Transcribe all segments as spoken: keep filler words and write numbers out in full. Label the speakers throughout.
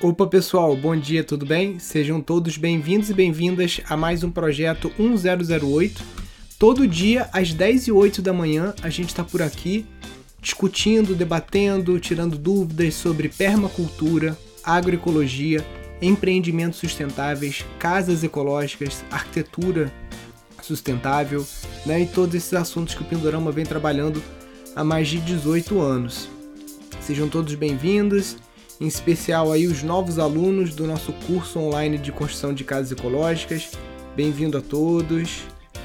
Speaker 1: Opa pessoal, bom dia, tudo bem? Sejam todos bem-vindos e bem-vindas a mais um projeto um zero zero oito. Todo dia, às dez e oito da manhã, a gente está por aqui discutindo, debatendo, tirando dúvidas sobre permacultura, agroecologia, empreendimentos sustentáveis, casas ecológicas, arquitetura sustentável, né? E todos esses assuntos que o Pindorama vem trabalhando há mais de dezoito anos. Sejam todos bem-vindos. Em especial aí os novos alunos do nosso curso online de construção de casas ecológicas. Bem-vindo a todos.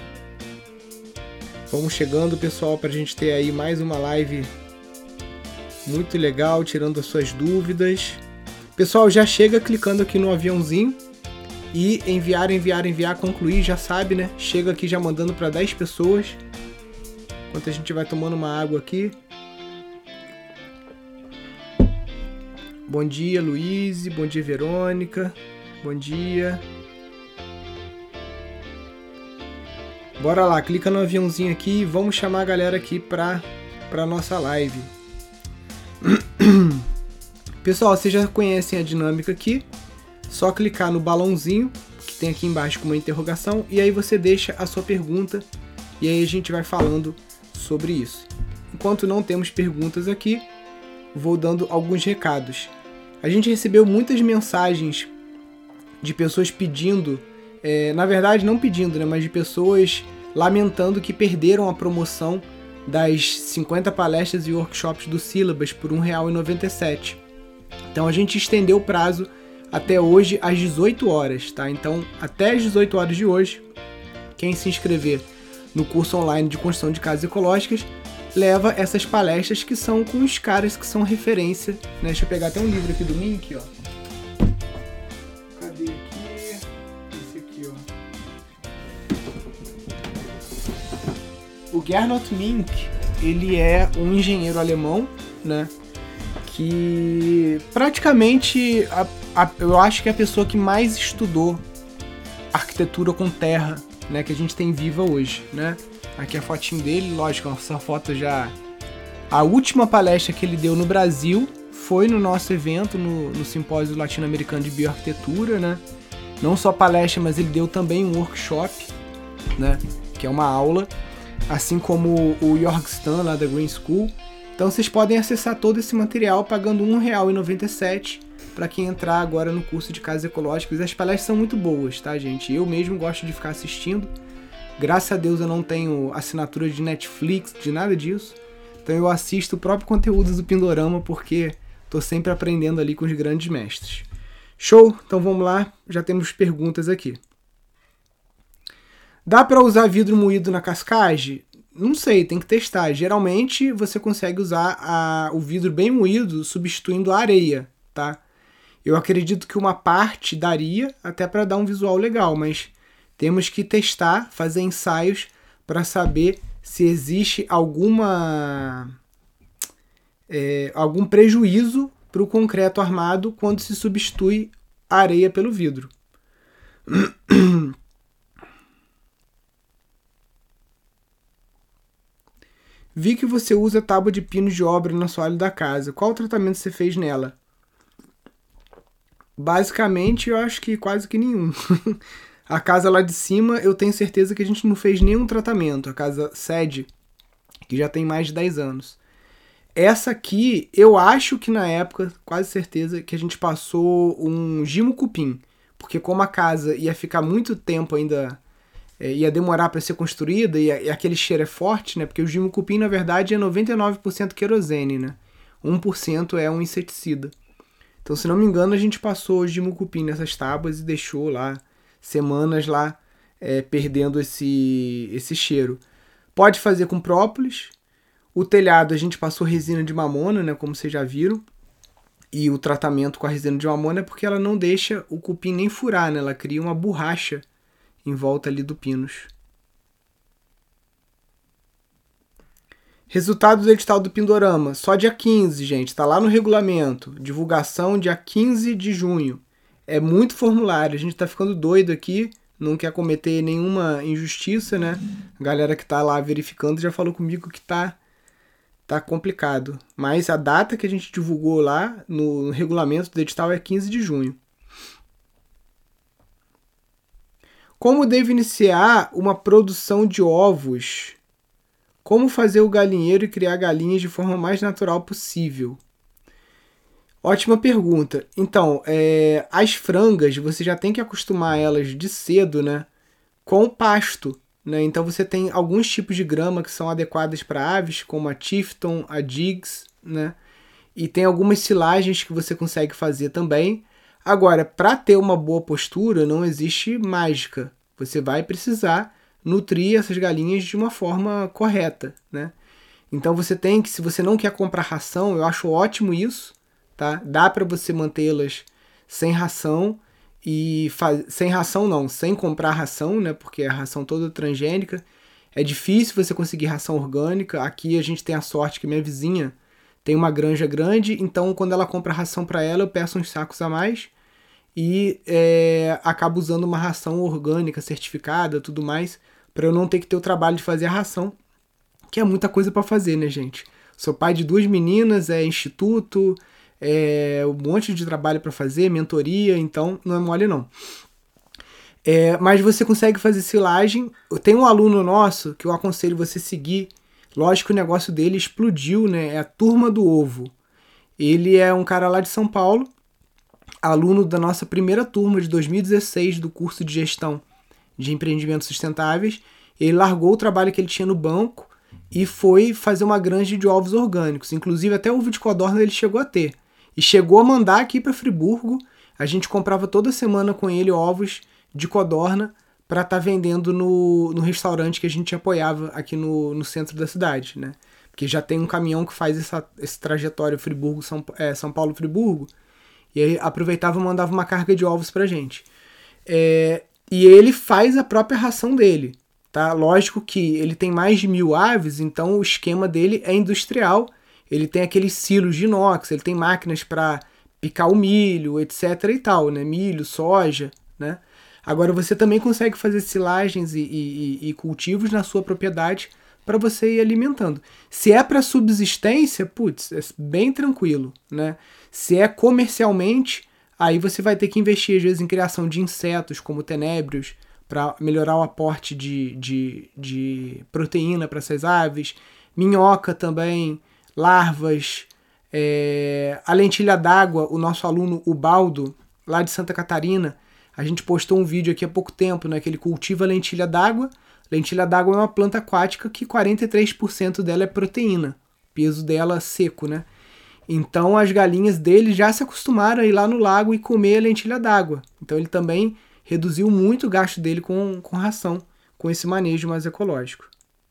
Speaker 1: Vamos chegando, pessoal, para a gente ter aí mais uma live muito legal, tirando as suas dúvidas. Pessoal, já chega clicando aqui no aviãozinho e enviar, enviar, enviar, concluir, já sabe, né? Chega aqui já mandando para dez pessoas. Enquanto a gente vai tomando uma água aqui. Bom dia, Luiz. Bom dia, Verônica. Bom dia. Bora lá, clica no aviãozinho aqui e vamos chamar a galera aqui para para nossa live. Pessoal, vocês já conhecem a dinâmica aqui. Só clicar no balãozinho que tem aqui embaixo com uma interrogação e aí você deixa a sua pergunta e aí a gente vai falando sobre isso. Enquanto não temos perguntas aqui, vou dando alguns recados. A gente recebeu muitas mensagens de pessoas pedindo, é, na verdade não pedindo, né, mas de pessoas lamentando que perderam a promoção das cinquenta palestras e workshops do Syllabus por um real e noventa e sete centavos. Então a gente estendeu o prazo até hoje às dezoito horas, tá? Então até às dezoito horas de hoje, quem se inscrever no curso online de construção de casas ecológicas leva essas palestras que são com os caras que são referência, né? Deixa eu pegar até um livro aqui do Mink, ó. Cadê aqui? Esse aqui, ó. O Gernot Mink, ele é um engenheiro alemão, né? Que praticamente, a, a, eu acho que é a pessoa que mais estudou arquitetura com terra, né? Que a gente tem viva hoje, né? Aqui a fotinho dele, lógico, essa foto já... A última palestra que ele deu no Brasil foi no nosso evento, no, no Simpósio Latino-Americano de Bioarquitetura, né? Não só palestra, mas ele deu também um workshop, né? Que é uma aula, assim como o Jorg Stan, lá da Green School. Então vocês podem acessar todo esse material pagando um real e noventa e sete centavos para quem entrar agora no curso de casas ecológicas. As palestras são muito boas, tá, gente? Eu mesmo gosto de ficar assistindo. Graças a Deus eu não tenho assinatura de Netflix, de nada disso. Então eu assisto o próprio conteúdo do Pindorama porque tô sempre aprendendo ali com os grandes mestres. Show? Então vamos lá, já temos perguntas aqui. Dá para usar vidro moído na cascagem? Não sei, tem que testar. Geralmente você consegue usar a, o vidro bem moído substituindo a areia, tá? Eu acredito que uma parte daria até para dar um visual legal, mas... Temos que testar, fazer ensaios para saber se existe alguma, é, algum prejuízo para o concreto armado quando se substitui a areia pelo vidro. Vi que você usa tábua de pinos de obra no assoalho da casa. Qual tratamento você fez nela? Basicamente, eu acho que quase que nenhum. A casa lá de cima, eu tenho certeza que a gente não fez nenhum tratamento. A casa sede, que já tem mais de dez anos. Essa aqui, eu acho que na época, quase certeza, que a gente passou um gimo cupim. Porque como a casa ia ficar muito tempo ainda, é, ia demorar para ser construída, e, e aquele cheiro é forte, né? Porque o gimo cupim, na verdade, é noventa e nove por cento querosene, né? um por cento é um inseticida. Então, se não me engano, a gente passou o gimo cupim nessas tábuas e deixou lá semanas lá é, perdendo esse, esse cheiro. Pode fazer com própolis. O telhado a gente passou resina de mamona, né, como vocês já viram. E o tratamento com a resina de mamona é porque ela não deixa o cupim nem furar, né? Ela cria uma borracha em volta ali do pinus. Resultado do edital do Pindorama. Só dia quinze, gente. Tá lá no regulamento. Divulgação dia quinze de junho. É muito formulário, a gente tá ficando doido aqui, não quer cometer nenhuma injustiça, né? A galera que tá lá verificando já falou comigo que tá tá complicado. Mas a data que a gente divulgou lá no, no regulamento do edital é quinze de junho. Como devo iniciar uma produção de ovos? Como fazer o galinheiro e criar galinhas de forma mais natural possível? Ótima pergunta. Então, é, as frangas, você já tem que acostumar elas de cedo, né, com o pasto, né? Então você tem alguns tipos de grama que são adequadas para aves, como a Tifton, a Diggs, né? E tem algumas silagens que você consegue fazer também. Agora, para ter uma boa postura, não existe mágica. Você vai precisar nutrir essas galinhas de uma forma correta, né? Então você tem que, se você não quer comprar ração, eu acho ótimo isso, tá? Dá para você mantê-las sem ração e faz... sem ração não, sem comprar ração, né? Porque a ração toda transgênica. É difícil você conseguir ração orgânica. Aqui a gente tem a sorte que minha vizinha tem uma granja grande, então quando ela compra ração para ela, eu peço uns sacos a mais e é, acabo usando uma ração orgânica certificada, tudo mais, para eu não ter que ter o trabalho de fazer a ração, que é muita coisa para fazer, né, gente? Sou pai de duas meninas, é instituto, é um monte de trabalho para fazer, mentoria, então não é mole não. É, mas você consegue fazer silagem. Tem um aluno nosso que eu aconselho você seguir. Lógico que o negócio dele explodiu, né? É a Turma do Ovo. Ele é um cara lá de São Paulo, aluno da nossa primeira turma de dois mil e dezesseis do curso de gestão de empreendimentos sustentáveis. Ele largou o trabalho que ele tinha no banco e foi fazer uma granja de ovos orgânicos. Inclusive até ovo de codorna ele chegou a ter. E chegou a mandar aqui para Friburgo. A gente comprava toda semana com ele ovos de codorna para estar tá vendendo no, no restaurante que a gente apoiava aqui no, no centro da cidade, né? Porque já tem um caminhão que faz essa, esse trajetório Friburgo, São, é, São Paulo, Friburgo, e aí aproveitava e mandava uma carga de ovos pra gente. É, e ele faz a própria ração dele, tá? Lógico que ele tem mais de mil aves, então o esquema dele é industrial. Ele tem aqueles silos de inox, ele tem máquinas para picar o milho, etc e tal, né? Milho, soja, né? Agora você também consegue fazer silagens e, e, e cultivos na sua propriedade para você ir alimentando. Se é para subsistência, putz, é bem tranquilo, né? Se é comercialmente, aí você vai ter que investir às vezes em criação de insetos como tenébrios para melhorar o aporte de, de, de proteína para essas aves, minhoca também, larvas, é, a lentilha d'água. O nosso aluno Ubaldo, lá de Santa Catarina, a gente postou um vídeo aqui há pouco tempo, né, que ele cultiva lentilha d'água. Lentilha d'água é uma planta aquática que quarenta e três por cento dela é proteína, peso dela seco, né? Então as galinhas dele já se acostumaram a ir lá no lago e comer a lentilha d'água. Então ele também reduziu muito o gasto dele com, com ração, com esse manejo mais ecológico.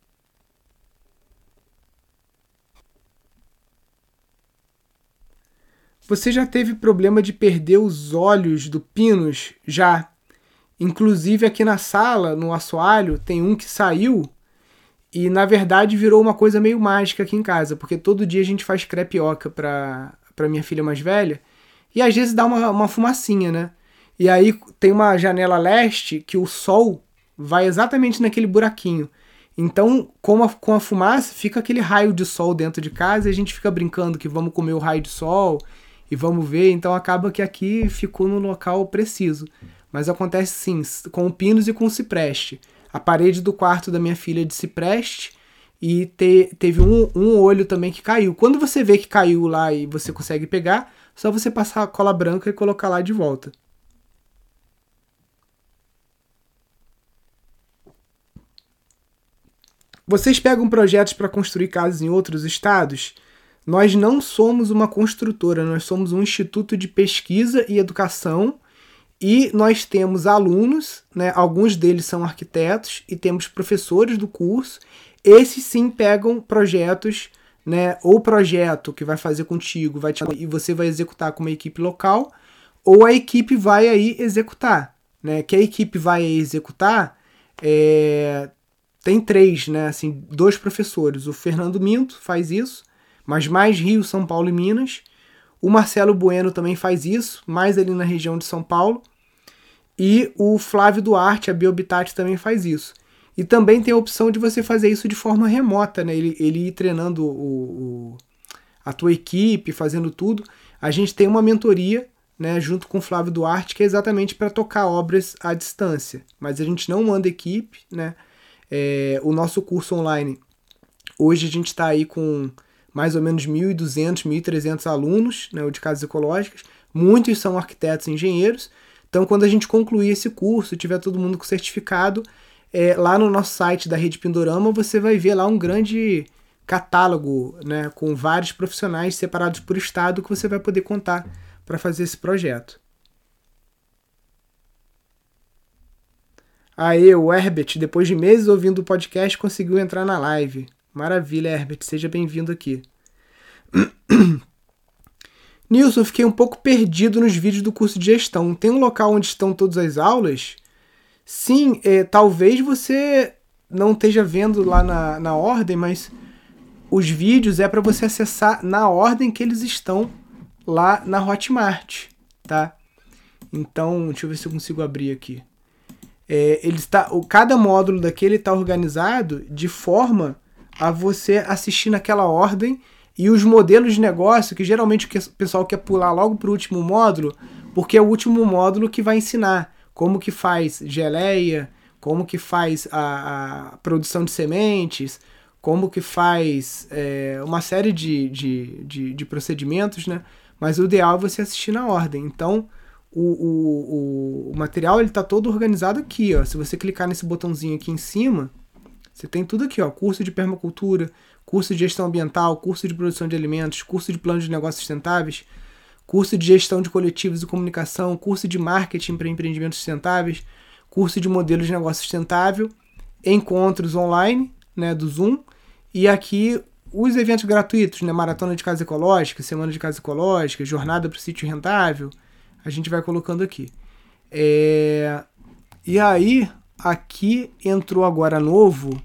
Speaker 1: Você já teve problema de perder os olhos do pinus? Já. Inclusive aqui na sala, no assoalho, tem um que saiu e na verdade virou uma coisa meio mágica aqui em casa, porque todo dia a gente faz crepioca pra, pra minha filha mais velha e às vezes dá uma, uma fumacinha, né? E aí tem uma janela leste que o sol vai exatamente naquele buraquinho. Então, com a, com a fumaça, fica aquele raio de sol dentro de casa e a gente fica brincando que vamos comer o raio de sol e vamos ver. Então acaba que aqui ficou no local preciso. Mas acontece sim, com o pinus e com o cipreste. A parede do quarto da minha filha é de cipreste e te, teve um, um olho também que caiu. Quando você vê que caiu lá e você consegue pegar, só você passar a cola branca e colocar lá de volta. Vocês pegam projetos para construir casas em outros estados? Nós não somos uma construtora, nós somos um instituto de pesquisa e educação. E nós temos alunos, né, alguns deles são arquitetos, e temos professores do curso. Esses sim pegam projetos, né, ou projeto que vai fazer contigo vai te, e você vai executar com uma equipe local, ou a equipe vai aí executar. Né, que a equipe vai aí executar, é, tem três, né, assim, dois professores. O Fernando Minto faz isso, mas mais Rio, São Paulo e Minas. O Marcelo Bueno também faz isso, mais ali na região de São Paulo. E o Flávio Duarte, a Biohabitat, também faz isso. E também tem a opção de você fazer isso de forma remota, né? Ele, ele ir treinando o, o, a tua equipe, fazendo tudo. A gente tem uma mentoria, né, junto com o Flávio Duarte, que é exatamente para tocar obras à distância. Mas a gente não manda equipe, né? É, o nosso curso online, hoje a gente está aí com mais ou menos mil e duzentos, mil e trezentos alunos, né, o de casas ecológicas. Muitos são arquitetos e engenheiros. Então, quando a gente concluir esse curso, tiver todo mundo com certificado, é, lá no nosso site da Rede Pindorama, você vai ver lá um grande catálogo, né, com vários profissionais separados por estado que você vai poder contar para fazer esse projeto. Aê, o Herbert, depois de meses ouvindo o podcast, conseguiu entrar na live. Maravilha, Herbert, seja bem-vindo aqui. Nilson, fiquei um pouco perdido nos vídeos do curso de gestão. Tem um local onde estão todas as aulas? Sim, é, talvez você não esteja vendo lá na, na ordem, mas os vídeos é para você acessar na ordem que eles estão lá na Hotmart, tá? Então, deixa eu ver se eu consigo abrir aqui. É, ele está, o, cada módulo daquele está organizado de forma a você assistir naquela ordem, e os modelos de negócio, que geralmente o pessoal quer pular logo para o último módulo, porque é o último módulo que vai ensinar como que faz geleia, como que faz a, a produção de sementes, como que faz é, uma série de, de, de, de procedimentos, né? Mas o ideal é você assistir na ordem. Então, o, o, o material está todo organizado aqui, ó. Se você clicar nesse botãozinho aqui em cima, você tem tudo aqui, ó. Curso de permacultura, curso de gestão ambiental, curso de produção de alimentos, curso de plano de negócios sustentáveis, curso de gestão de coletivos e comunicação, curso de marketing para empreendimentos sustentáveis, curso de modelos de negócio sustentável, encontros online, né, do Zoom, e aqui os eventos gratuitos, né, maratona de casa ecológica, semana de casa ecológica, jornada para o sítio rentável, a gente vai colocando aqui. É... E aí, aqui entrou agora novo,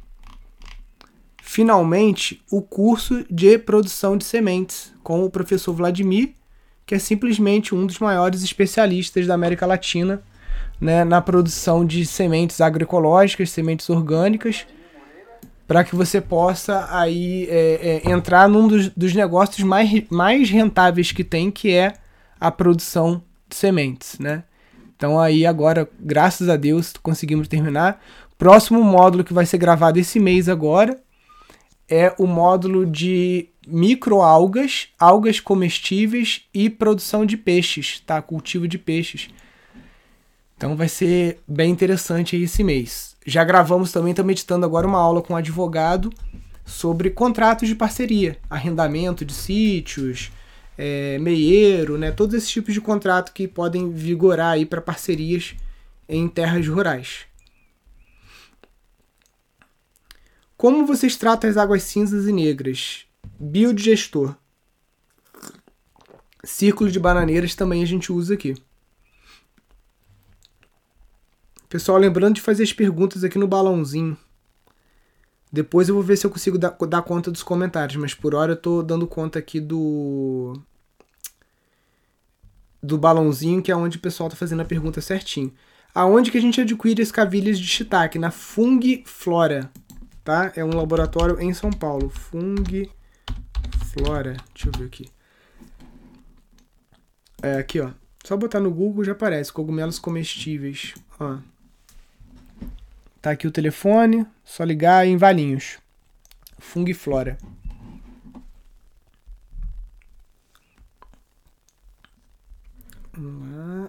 Speaker 1: finalmente, o curso de produção de sementes com o professor Vladimir, que é simplesmente um dos maiores especialistas da América Latina, né, na produção de sementes agroecológicas, sementes orgânicas, para que você possa aí, é, é, entrar num dos, dos negócios mais, mais rentáveis que tem, que é a produção de sementes, né? Então aí agora, graças a Deus, conseguimos terminar. Próximo módulo que vai ser gravado esse mês agora é o módulo de microalgas, algas comestíveis e produção de peixes, tá? Cultivo de peixes. Então vai ser bem interessante aí esse mês. Já gravamos também, estamos editando agora uma aula com um advogado sobre contratos de parceria, arrendamento de sítios, é, meieiro, né? Todos esses tipos de contrato que podem vigorar aí para parcerias em terras rurais. Como vocês tratam as águas cinzas e negras? Biodigestor. Círculo de bananeiras também a gente usa aqui. Pessoal, lembrando de fazer as perguntas aqui no balãozinho. Depois eu vou ver se eu consigo dar, dar conta dos comentários, mas por hora eu tô dando conta aqui do do balãozinho, que é onde o pessoal tá fazendo a pergunta certinho. Aonde que a gente adquire escavilhas de shiitake? Na Fung Flora, tá? É um laboratório em São Paulo. Fung Flora. Deixa eu ver aqui. É aqui, ó. Só botar no Google já aparece. Cogumelos comestíveis. Ó. Tá aqui o telefone, só ligar em Valinhos. Fung Flora. Vamos lá.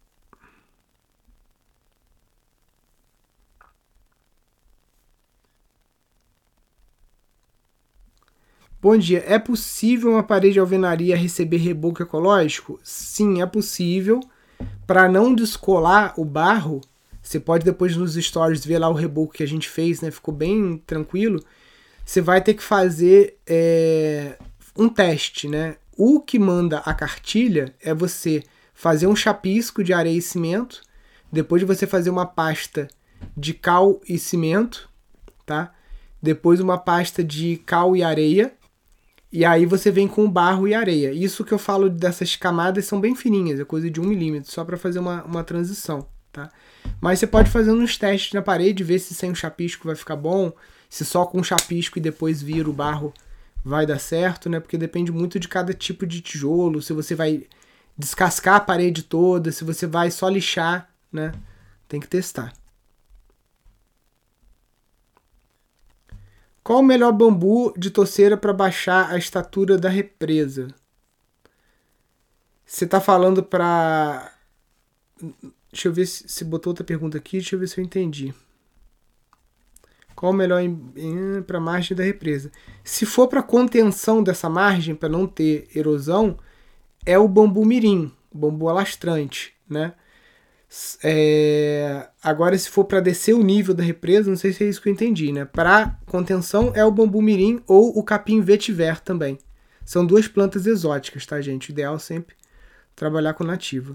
Speaker 1: Bom dia. É possível uma parede de alvenaria receber reboco ecológico? Sim, é possível. Para não descolar o barro, você pode depois nos stories ver lá o reboco que a gente fez, né? Ficou bem tranquilo. Você vai ter que fazer é, um teste, né? O que manda a cartilha é você fazer um chapisco de areia e cimento, depois de você fazer uma pasta de cal e cimento, tá? Depois uma pasta de cal e areia, e aí você vem com barro e areia. Isso que eu falo dessas camadas são bem fininhas, é coisa de um milímetro, só para fazer uma, uma transição. tá? Mas você pode fazer uns testes na parede, ver se sem o chapisco vai ficar bom, se só com o chapisco e depois vira o barro vai dar certo, né? Porque depende muito de cada tipo de tijolo, se você vai descascar a parede toda, se você vai só lixar, né? Tem que testar. Qual o melhor bambu de torceira para baixar a estatura da represa? Você tá falando para... Deixa eu ver se, se botou outra pergunta aqui, deixa eu ver se eu entendi. Qual o melhor para a margem da represa? Se for para contenção dessa margem, para não ter erosão, é o bambu mirim, o bambu alastrante, né? É... Agora, se for para descer o nível da represa, não sei se é isso que eu entendi, né? Para contenção é o bambu mirim ou o capim vetiver também. São duas plantas exóticas, tá, gente? O ideal é sempre trabalhar com nativa.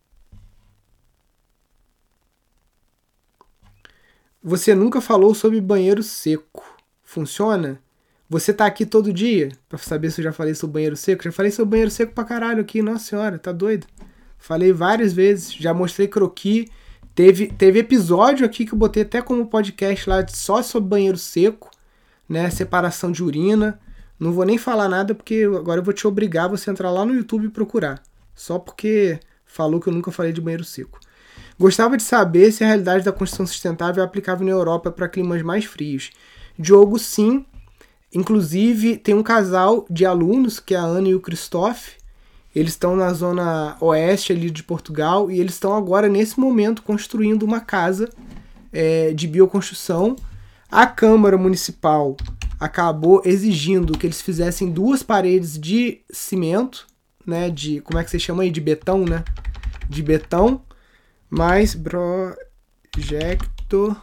Speaker 1: Você nunca falou sobre banheiro seco. Funciona? Você tá aqui todo dia pra saber se eu já falei sobre banheiro seco? Já falei sobre banheiro seco pra caralho aqui, nossa senhora, tá doido? Falei várias vezes, já mostrei croquis. Teve, teve episódio aqui que eu botei até como podcast lá só sobre banheiro seco, né? Separação de urina. Não vou nem falar nada porque agora eu vou te obrigar a você entrar lá no YouTube e procurar. Só porque falou que eu nunca falei de banheiro seco. Gostava de saber se a realidade da construção sustentável é aplicável na Europa para climas mais frios. Diogo, sim. Inclusive, tem um casal de alunos, que é a Ana e o Christophe. Eles estão na zona oeste ali de Portugal e eles estão agora, nesse momento, construindo uma casa é, de bioconstrução. A Câmara Municipal acabou exigindo que eles fizessem duas paredes de cimento, né, de, como é que você chama aí? De betão, né? De betão, mais projeto...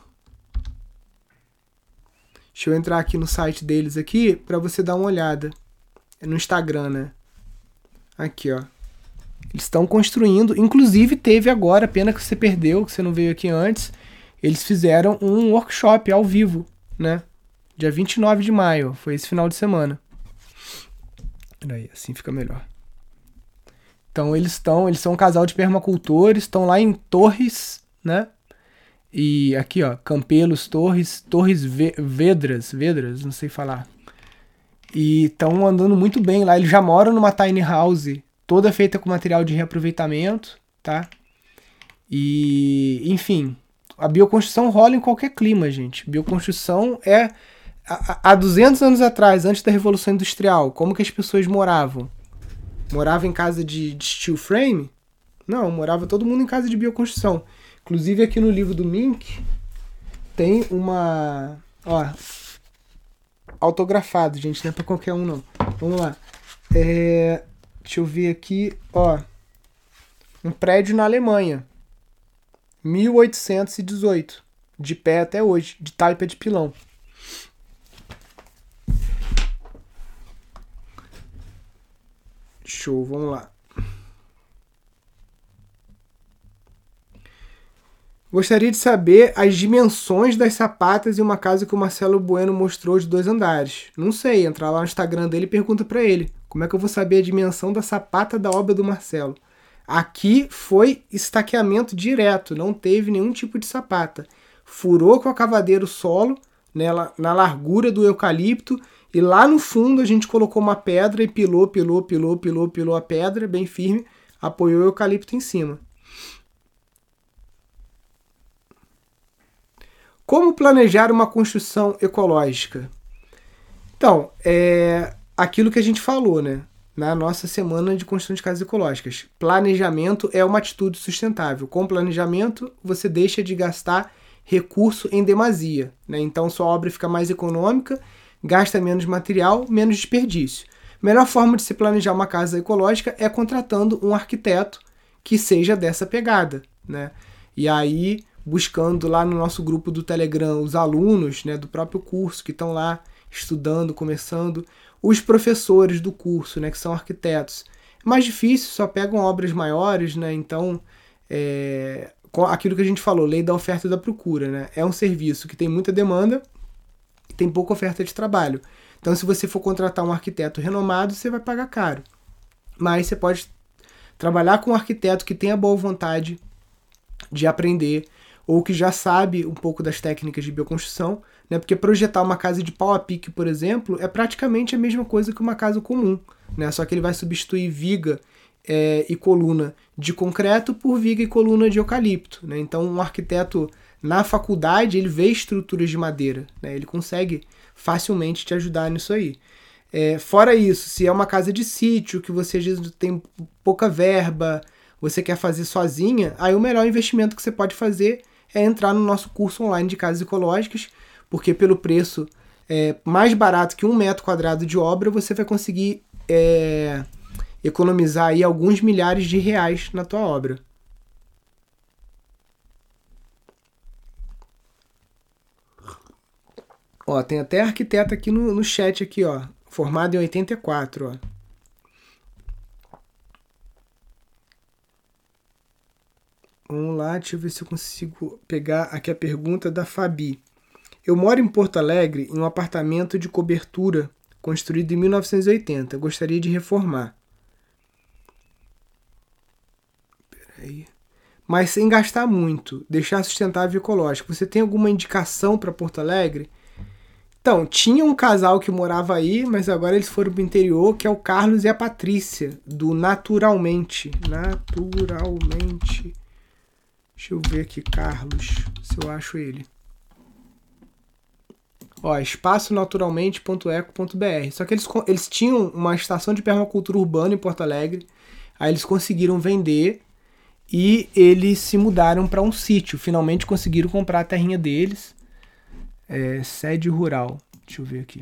Speaker 1: Deixa eu entrar aqui no site deles aqui para você dar uma olhada. É no Instagram, né? Aqui, ó. Eles estão construindo. Inclusive, teve agora, pena que você perdeu, que você não veio aqui antes. Eles fizeram um workshop ao vivo, né? Dia vinte e nove de maio. Foi esse final de semana. Peraí, assim fica melhor. Então, eles estão... Eles são um casal de permacultores. Estão lá em Torres, né? E aqui, ó, Campelos, Torres, Torres Vedras, Vedras, não sei falar. E estão andando muito bem lá. Eles já moram numa tiny house, toda feita com material de reaproveitamento, tá? E, enfim, a bioconstrução rola em qualquer clima, gente. Bioconstrução é... Há duzentos anos atrás, antes da Revolução Industrial, como que as pessoas moravam? Moravam em casa de, de steel frame? Não, morava todo mundo em casa de bioconstrução. Inclusive aqui no livro do Mink tem uma... Ó, autografado, gente, não é pra qualquer um não. Vamos lá. É, deixa eu ver aqui, ó. Um prédio na Alemanha. mil oitocentos e dezoito. De pé até hoje, de taipa de pilão. Show, vamos lá. Gostaria de saber as dimensões das sapatas em uma casa que o Marcelo Bueno mostrou de dois andares. Não sei, entrar lá no Instagram dele e pergunta pra ele. Como é que eu vou saber a dimensão da sapata da obra do Marcelo? Aqui foi estaqueamento direto, não teve nenhum tipo de sapata. Furou com a cavadeira o solo, nela, na largura do eucalipto, e lá no fundo a gente colocou uma pedra e pilou, pilou, pilou, pilou, pilou a pedra, bem firme, apoiou o eucalipto em cima. Como planejar uma construção ecológica? Então, é aquilo que a gente falou, né? Na nossa semana de construção de casas ecológicas. Planejamento é uma atitude sustentável. Com planejamento, você deixa de gastar recurso em demasia, né? Então, sua obra fica mais econômica, gasta menos material, menos desperdício. A melhor forma de se planejar uma casa ecológica é contratando um arquiteto que seja dessa pegada, né? E aí... buscando lá no nosso grupo do Telegram os alunos, né, do próprio curso que estão lá estudando, começando, os professores do curso, né, que são arquitetos. É mais difícil, só pegam obras maiores, né, então é, aquilo que a gente falou, lei da oferta e da procura, né, é um serviço que tem muita demanda e tem pouca oferta de trabalho. Então, se você for contratar um arquiteto renomado, você vai pagar caro. Mas você pode trabalhar com um arquiteto que tenha boa vontade, de aprender, ou que já sabe um pouco das técnicas de bioconstrução, né? Porque projetar uma casa de pau a pique, por exemplo, é praticamente a mesma coisa que uma casa comum, né? Só que ele vai substituir viga é, e coluna de concreto por viga e coluna de eucalipto, né? Então um arquiteto na faculdade ele vê estruturas de madeira, né? Ele consegue facilmente te ajudar nisso aí. É, fora isso, se é uma casa de sítio, que você às vezes tem pouca verba, você quer fazer sozinha, aí o melhor investimento que você pode fazer é entrar no nosso curso online de casas ecológicas, porque pelo preço é, mais barato que um metro quadrado de obra, você vai conseguir é, economizar aí alguns milhares de reais na tua obra. Ó, tem até arquiteto aqui no, no chat aqui, ó, formado em oitenta e quatro, ó. Vamos lá, deixa eu ver se eu consigo pegar aqui a pergunta da Fabi. Eu moro em Porto Alegre em um apartamento de cobertura construído em mil novecentos e oitenta. Gostaria de reformar. Peraí. Mas sem gastar muito, deixar sustentável e ecológico. Você tem alguma indicação para Porto Alegre? Então, tinha um casal que morava aí, mas agora eles foram para o interior, que é o Carlos e a Patrícia, do Naturalmente. Naturalmente. Deixa eu ver aqui, Carlos, se eu acho ele. Ó, espaço naturalmente ponto eco ponto b r. Só que eles, eles tinham uma estação de permacultura urbana em Porto Alegre, aí eles conseguiram vender e eles se mudaram para um sítio. Finalmente conseguiram comprar a terrinha deles. É, sede rural. Deixa eu ver aqui.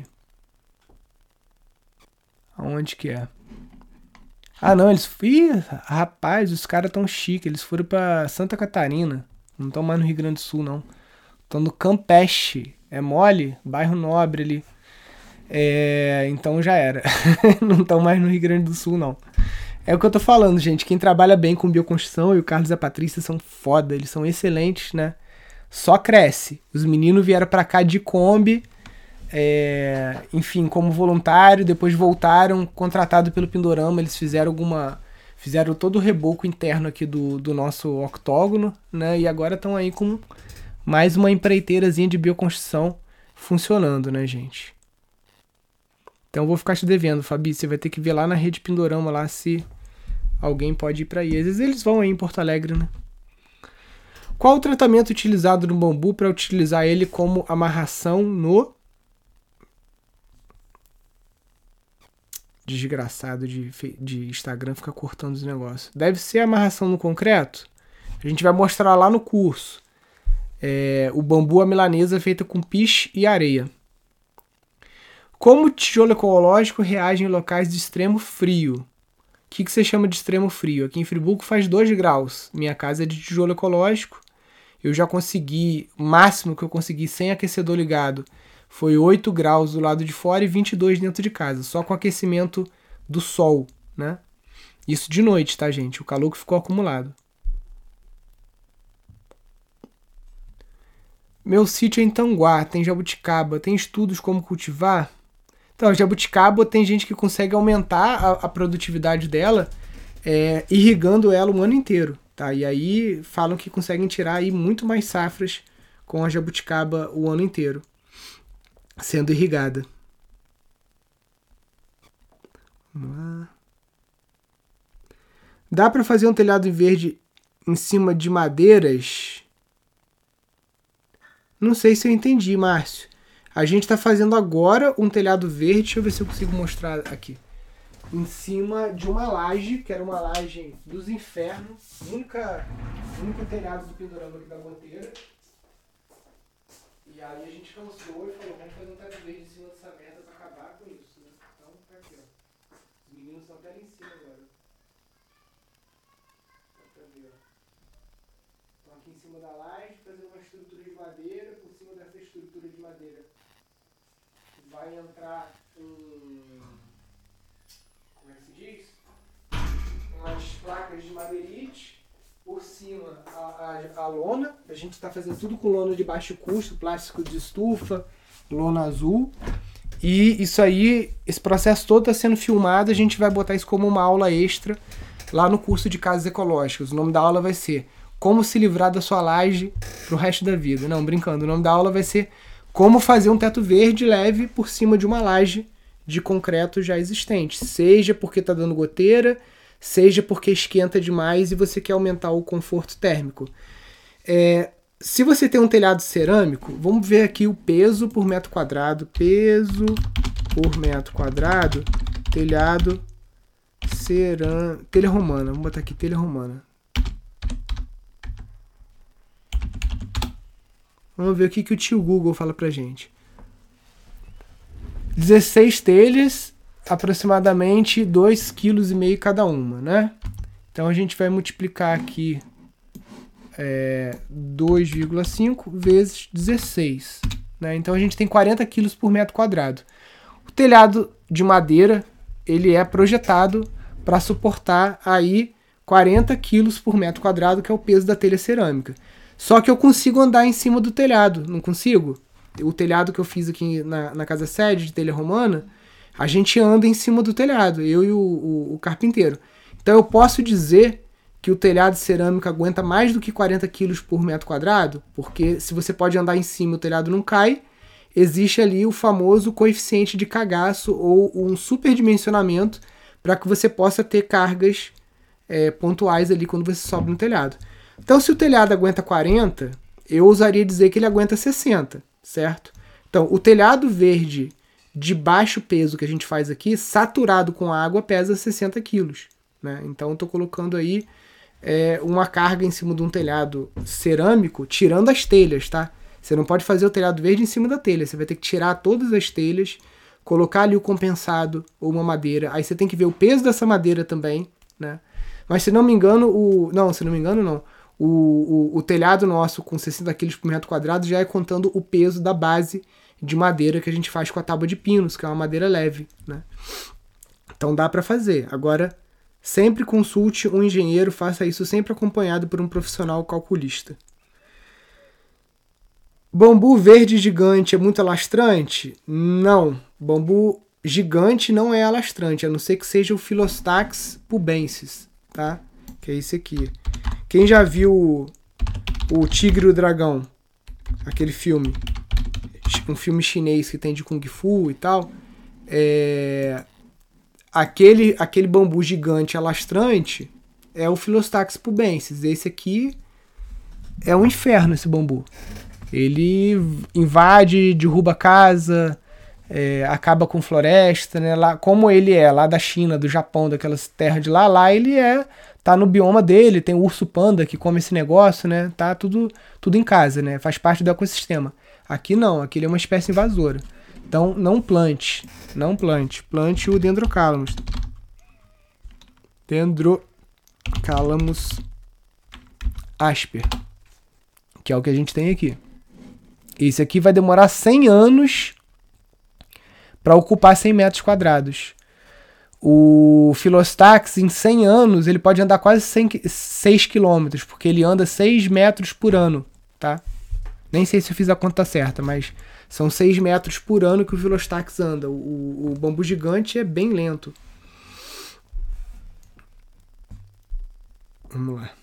Speaker 1: Aonde que é? Ah, não, eles... Ih, rapaz, os caras tão chiques. Eles foram pra Santa Catarina. Não estão mais no Rio Grande do Sul, não. Estão no Campeche. É mole? Bairro Nobre ali. É... Então já era. Não estão mais no Rio Grande do Sul, não. É o que eu tô falando, gente. Quem trabalha bem com bioconstrução e o Carlos e a Patrícia são foda. Eles são excelentes, né? Só cresce. Os meninos vieram pra cá de Kombi, é, enfim, como voluntário, depois voltaram, contratado pelo Pindorama, eles fizeram alguma... Fizeram todo o reboco interno aqui do, do nosso octógono, né? E agora estão aí com mais uma empreiteirazinha de bioconstrução funcionando, né, gente? Então eu vou ficar te devendo, Fabi. Você vai ter que ver lá na rede Pindorama lá se alguém pode ir pra aí. Às vezes eles vão aí em Porto Alegre, né? Qual o tratamento utilizado no bambu para utilizar ele como amarração no... Desgraçado de, de Instagram fica cortando os negócios. Deve ser amarração no concreto. A gente vai mostrar lá no curso. É, o bambu à milanesa feita com piche e areia. Como o tijolo ecológico reage em locais de extremo frio? O que, que você chama de extremo frio? Aqui em Friburgo faz dois graus. Minha casa é de tijolo ecológico. Eu já consegui, o máximo que eu consegui sem aquecedor ligado foi oito graus do lado de fora e vinte e dois dentro de casa, só com aquecimento do sol, né? Isso de noite, tá, gente? O calor que ficou acumulado. Meu sítio é em Tanguá, tem jabuticaba, tem estudos como cultivar? Então, a jabuticaba tem gente que consegue aumentar a, a produtividade dela é, irrigando ela o ano inteiro. Tá, e aí falam que conseguem tirar aí muito mais safras com a jabuticaba o ano inteiro, sendo irrigada. Vamos lá. Dá para fazer um telhado verde em cima de madeiras? Não sei se eu entendi, Márcio. A gente está fazendo agora um telhado verde. Deixa eu ver se eu consigo mostrar aqui. Em cima de uma laje, que era uma laje dos infernos, única, único telhado do Pindorama aqui da Monteira. E aí a gente cansou e falou, vamos fazer um telhado verde em cima dessa merda pra acabar com isso, né? Então tá aqui, ó. Os meninos estão até ali em cima agora. Dá pra ver, ó. Estão aqui em cima da laje, fazendo uma estrutura de madeira. Por cima dessa estrutura de madeira vai entrar um... umas placas de madeirite, por cima a, a, a lona. A gente está fazendo tudo com lona de baixo custo, plástico de estufa, lona azul. E isso aí, esse processo todo está sendo filmado. A gente vai botar isso como uma aula extra lá no curso de casas ecológicas. O nome da aula vai ser como se livrar da sua laje pro resto da vida. Não, brincando, o nome da aula vai ser como fazer um teto verde leve por cima de uma laje de concreto já existente. Seja porque tá dando goteira, seja porque esquenta demais e você quer aumentar o conforto térmico. É, se você tem um telhado cerâmico, vamos ver aqui o peso por metro quadrado. Peso por metro quadrado, telhado cerâmico, telha romana. Vamos botar aqui telha romana. Vamos ver o que, que o tio Google fala pra gente. dezesseis telhas, aproximadamente dois vírgula cinco quilos cada uma, né? Então a gente vai multiplicar aqui é, dois vírgula cinco vezes dezesseis. Né? Então a gente tem quarenta quilos por metro quadrado. O telhado de madeira, ele é projetado para suportar aí quarenta quilos por metro quadrado, que é o peso da telha cerâmica. Só que eu consigo andar em cima do telhado, não consigo? O telhado que eu fiz aqui na, na casa sede de telha romana, a gente anda em cima do telhado, eu e o, o, o carpinteiro. Então eu posso dizer que o telhado cerâmico aguenta mais do que quarenta quilos por metro quadrado, porque se você pode andar em cima e o telhado não cai, existe ali o famoso coeficiente de cagaço ou um superdimensionamento para que você possa ter cargas é, pontuais ali quando você sobe no telhado. Então se o telhado aguenta quarenta, eu ousaria dizer que ele aguenta sessenta, certo? Então o telhado verde de baixo peso que a gente faz aqui, saturado com água, pesa sessenta quilos. Né? Então eu estou colocando aí é, uma carga em cima de um telhado cerâmico, tirando as telhas, tá? Você não pode fazer o telhado verde em cima da telha, você vai ter que tirar todas as telhas, colocar ali o compensado ou uma madeira, aí você tem que ver o peso dessa madeira também, né? Mas se não me engano, o... não, se não me engano não, o, o, o telhado nosso com sessenta quilos por metro quadrado já é contando o peso da base de madeira que a gente faz com a tábua de pinos, que é uma madeira leve, né? Então dá para fazer. Agora, sempre consulte um engenheiro, faça isso sempre acompanhado por um profissional calculista. Bambu verde gigante é muito alastrante? Não. Bambu gigante não é alastrante, a não ser que seja o Philostax pubensis, tá? Que é esse aqui. Quem já viu o Tigre e o Dragão, aquele filme, um filme chinês que tem de Kung Fu e tal, é... aquele, aquele bambu gigante alastrante é o Philostax pubensis. Esse aqui é um inferno, esse bambu. Ele invade, derruba casa, é, acaba com floresta, né? Lá, como ele é lá da China, do Japão, daquelas terras de lá, lá ele é, tá no bioma dele, tem o urso panda que come esse negócio, né? Tá tudo, tudo em casa, né? Faz parte do ecossistema. Aqui não, aqui ele é uma espécie invasora. Então não plante, não plante, plante o Dendrocalamus. Dendrocalamus asper, que é o que a gente tem aqui. Esse aqui vai demorar cem anos para ocupar cem metros quadrados. O Philostax, em cem anos, ele pode andar quase seis quilômetros, porque ele anda seis metros por ano, tá? Nem sei se eu fiz a conta certa, mas são seis metros por ano que o Philostax anda. O, o bambu gigante é bem lento. Vamos lá.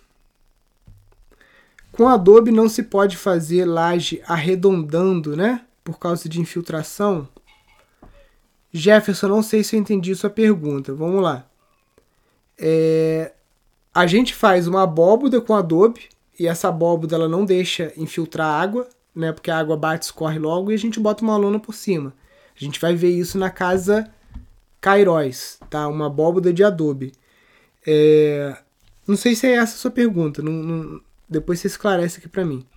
Speaker 1: Com adobe não se pode fazer laje arredondando, né? Por causa de infiltração. Jefferson, não sei se eu entendi sua pergunta. Vamos lá. É... A gente faz uma abóboda com adobe, e essa abóboda ela não deixa infiltrar água, né? Porque a água bate, escorre logo, e a gente bota uma lona por cima. A gente vai ver isso na casa Queiroz, tá? Uma abóboda de adobe. É... Não sei se é essa a sua pergunta. Não, não... Depois você esclarece aqui para mim.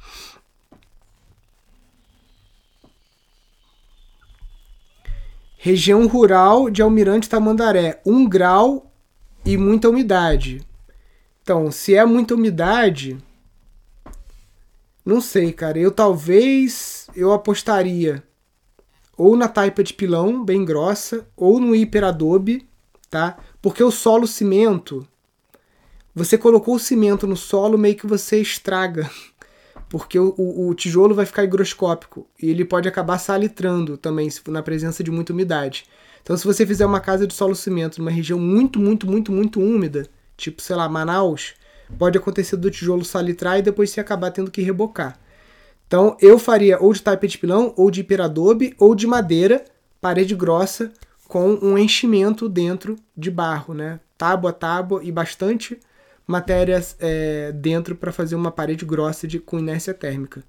Speaker 1: Região rural de Almirante Tamandaré. Um grau e muita umidade. Então, se é muita umidade... Não sei, cara. Eu talvez... Eu apostaria ou na taipa de pilão, bem grossa, ou no hiperadobe, tá? Porque o solo cimento... Você colocou o cimento no solo, meio que você estraga, porque o, o, o tijolo vai ficar higroscópico e ele pode acabar salitrando também se for na presença de muita umidade. Então, se você fizer uma casa de solo cimento numa região muito, muito, muito, muito úmida, tipo, sei lá, Manaus, pode acontecer do tijolo salitrar e depois você acabar tendo que rebocar. Então eu faria ou de taipa de pilão, ou de hiperadobe, ou de madeira, parede grossa, com um enchimento dentro de barro, né? Tábua a tábua e bastante matéria é, dentro para fazer uma parede grossa de, com inércia térmica.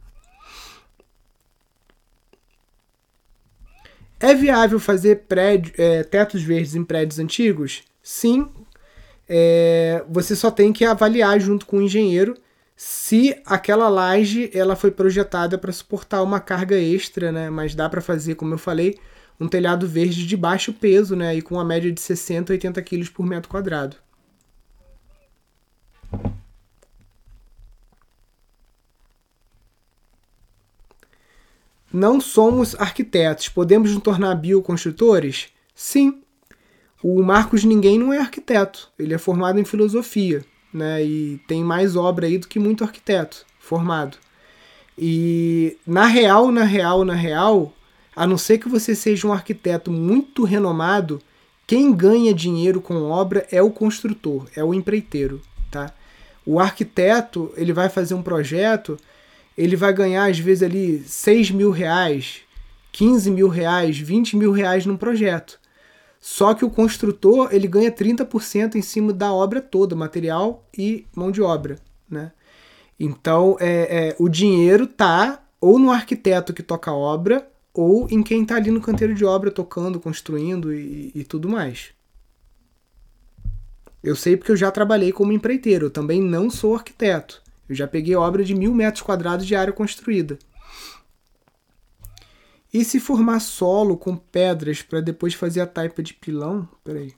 Speaker 1: É viável fazer prédio, é, tetos verdes em prédios antigos? Sim. É, você só tem que avaliar junto com o engenheiro se aquela laje ela foi projetada para suportar uma carga extra, né? Mas dá para fazer, como eu falei, um telhado verde de baixo peso, né? E com uma média de sessenta a oitenta quilos por metro quadrado. Não somos arquitetos. Podemos nos tornar bioconstrutores? Sim. O Marcos Ninguém não é arquiteto. Ele é formado em filosofia, né? E tem mais obra aí do que muito arquiteto formado. E na real, na real, na real, a não ser que você seja um arquiteto muito renomado, quem ganha dinheiro com obra é o construtor, é o empreiteiro, tá? O arquiteto, ele vai fazer um projeto, ele vai ganhar às vezes ali seis mil reais, quinze mil reais, vinte mil reais num projeto. Só que o construtor, ele ganha trinta por cento em cima da obra toda, material e mão de obra, né? Então, é, é, o dinheiro tá ou no arquiteto que toca a obra, ou em quem tá ali no canteiro de obra, tocando, construindo e, e tudo mais. Eu sei porque eu já trabalhei como empreiteiro, eu também não sou arquiteto. Eu já peguei obra de mil metros quadrados de área construída. E se formar solo com pedras para depois fazer a taipa de pilão? Peraí.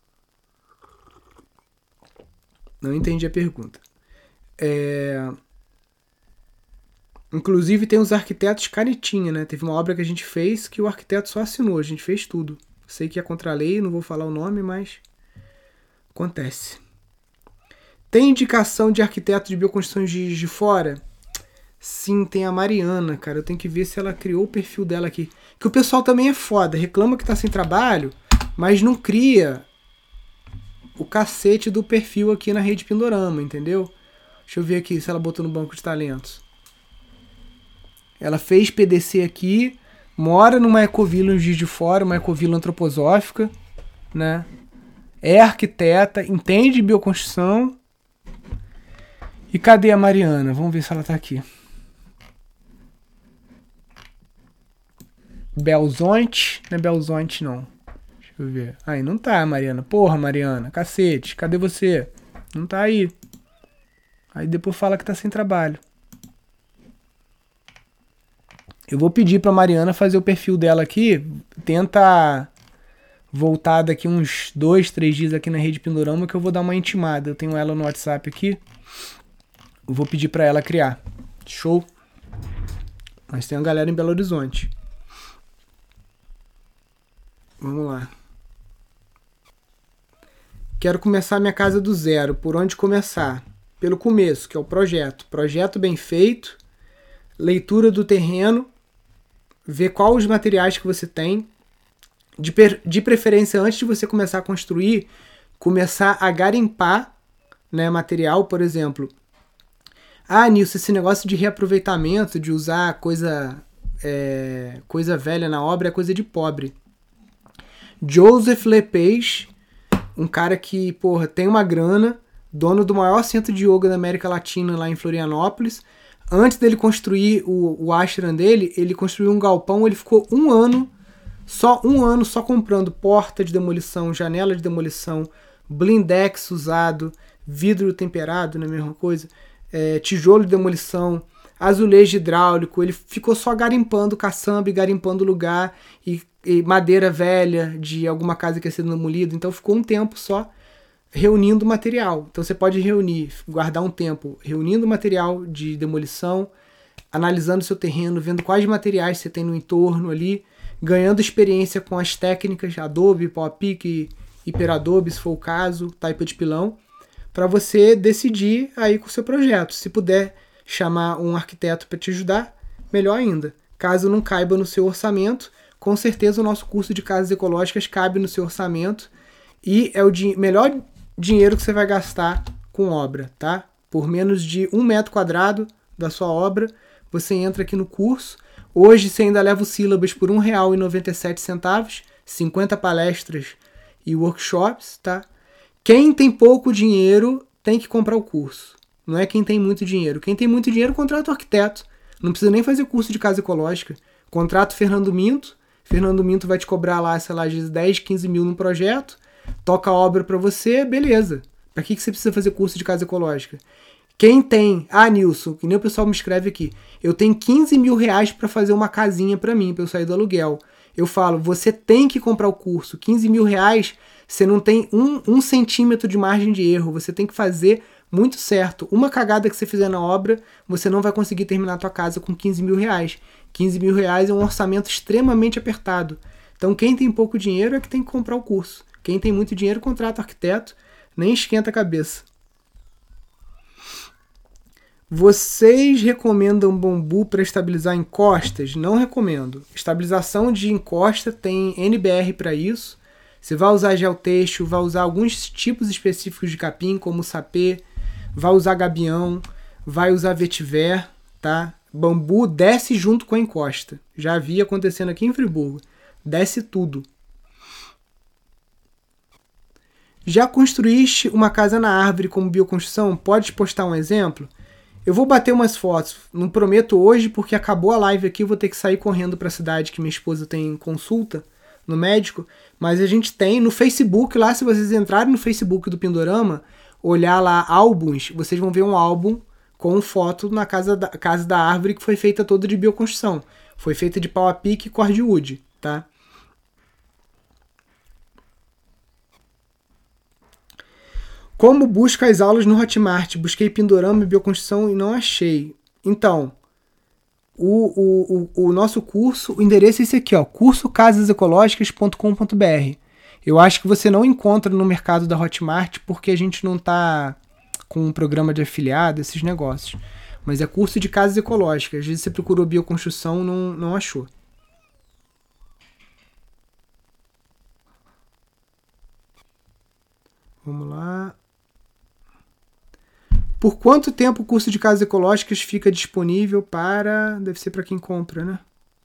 Speaker 1: Não entendi a pergunta. É... Inclusive tem os arquitetos canetinha, né? Teve uma obra que a gente fez que o arquiteto só assinou, a gente fez tudo. Sei que é contra a lei, não vou falar o nome, mas acontece. Tem indicação de arquiteto de bioconstrução de, de fora? Sim, tem a Mariana, cara. Eu tenho que ver se ela criou o perfil dela aqui. Que o pessoal também é foda. Reclama que tá sem trabalho, mas não cria o cacete do perfil aqui na Rede Pindorama, entendeu? Deixa eu ver aqui se ela botou no banco de talentos. Ela fez P D C aqui, mora numa ecovila em Juiz de Fora, uma ecovila antroposófica, né? É arquiteta, entende bioconstrução. E cadê a Mariana? Vamos ver se ela tá aqui. Belzonte? Não é Belzonte, não. Deixa eu ver. Aí, não tá, Mariana. Porra, Mariana. Cacete. Cadê você? Não tá aí. Aí depois fala que tá sem trabalho. Eu vou pedir pra Mariana fazer o perfil dela aqui. Tenta voltar daqui uns dois, três dias aqui na Rede Pindorama que eu vou dar uma intimada. Eu tenho ela no WhatsApp aqui. Eu vou pedir pra ela criar. Show. Mas tem uma galera em Belo Horizonte. Vamos lá. Quero começar minha casa do zero. Por onde começar? Pelo começo, que é o projeto. Projeto bem feito. Leitura do terreno. Ver quais os materiais que você tem. De, de preferência, antes de você começar a construir, começar a garimpar, né, material, por exemplo. Ah, Nilson, esse negócio de reaproveitamento, de usar coisa, é, coisa velha na obra é coisa de pobre. Joseph Lepage, um cara que, porra, tem uma grana, dono do maior centro de yoga da América Latina lá em Florianópolis. Antes dele construir o, o ashram dele, ele construiu um galpão, ele ficou um ano, só um ano só comprando porta de demolição, janela de demolição, blindex usado, vidro temperado, não é a mesma coisa? É, tijolo de demolição, azulejo hidráulico, ele ficou só garimpando caçamba e garimpando lugar e, e madeira velha de alguma casa que ia ser demolida, então ficou um tempo só reunindo material. Então você pode reunir, guardar um tempo reunindo material de demolição, analisando seu terreno, vendo quais materiais você tem no entorno ali, ganhando experiência com as técnicas Adobe, PowerPic, HiperAdobe, se for o caso, taipa de pilão, para você decidir aí com o seu projeto. Se puder chamar um arquiteto para te ajudar, melhor ainda. Caso não caiba no seu orçamento, com certeza o nosso curso de casas ecológicas cabe no seu orçamento e é o di- melhor dinheiro que você vai gastar com obra, tá? Por menos de um metro quadrado da sua obra, você entra aqui no curso. Hoje você ainda leva o sílabus por um real e noventa e sete centavos, cinquenta palestras e workshops, tá? Quem tem pouco dinheiro tem que comprar o curso. Não é quem tem muito dinheiro. Quem tem muito dinheiro contrata o arquiteto. Não precisa nem fazer curso de casa ecológica. Contrata o Fernando Minto. Fernando Minto vai te cobrar lá, sei lá, de dez, quinze mil num projeto. Toca a obra para você, beleza. Para que, que você precisa fazer curso de casa ecológica? Quem tem... Ah, Nilson, que nem o pessoal me escreve aqui. Eu tenho quinze mil reais para fazer uma casinha para mim, para eu sair do aluguel. Eu falo, você tem que comprar o curso. quinze mil reais, você não tem um, um centímetro de margem de erro. Você tem que fazer muito certo. Uma cagada que você fizer na obra, você não vai conseguir terminar a tua casa com quinze mil reais. quinze mil reais é um orçamento extremamente apertado. Então, quem tem pouco dinheiro é que tem que comprar o curso. Quem tem muito dinheiro, contrata o arquiteto. Nem esquenta a cabeça. Vocês recomendam bambu para estabilizar encostas? Não recomendo. Estabilização de encosta tem N B R para isso. Você vai usar geotexto, vai usar alguns tipos específicos de capim, como sapê, vai usar gabião, vai usar vetiver, tá? Bambu desce junto com a encosta. Já vi acontecendo aqui em Friburgo. Desce tudo. Já construíste uma casa na árvore como bioconstrução? Pode postar um exemplo? Eu vou bater umas fotos. Não prometo hoje, porque acabou a live aqui. Eu vou ter que sair correndo para a cidade que minha esposa tem consulta no médico. Mas a gente tem no Facebook, lá se vocês entrarem no Facebook do Pindorama, olhar lá álbuns, vocês vão ver um álbum com foto na casa da, casa da árvore que foi feita toda de bioconstrução. Foi feita de pau a pique e cordwood, tá? Como busco as aulas no Hotmart? Busquei Pindorama e bioconstrução e não achei. Então, o, o, o, o nosso curso, o endereço é esse aqui, ó, curso casas ecológicas ponto com ponto b r. Eu acho que você não encontra no mercado da Hotmart porque a gente não tá com um programa de afiliado, esses negócios. Mas é curso de casas ecológicas. Às vezes você procurou bioconstrução e não, não achou. Vamos lá. Por quanto tempo o curso de casas ecológicas fica disponível para... Deve ser para quem compra, né?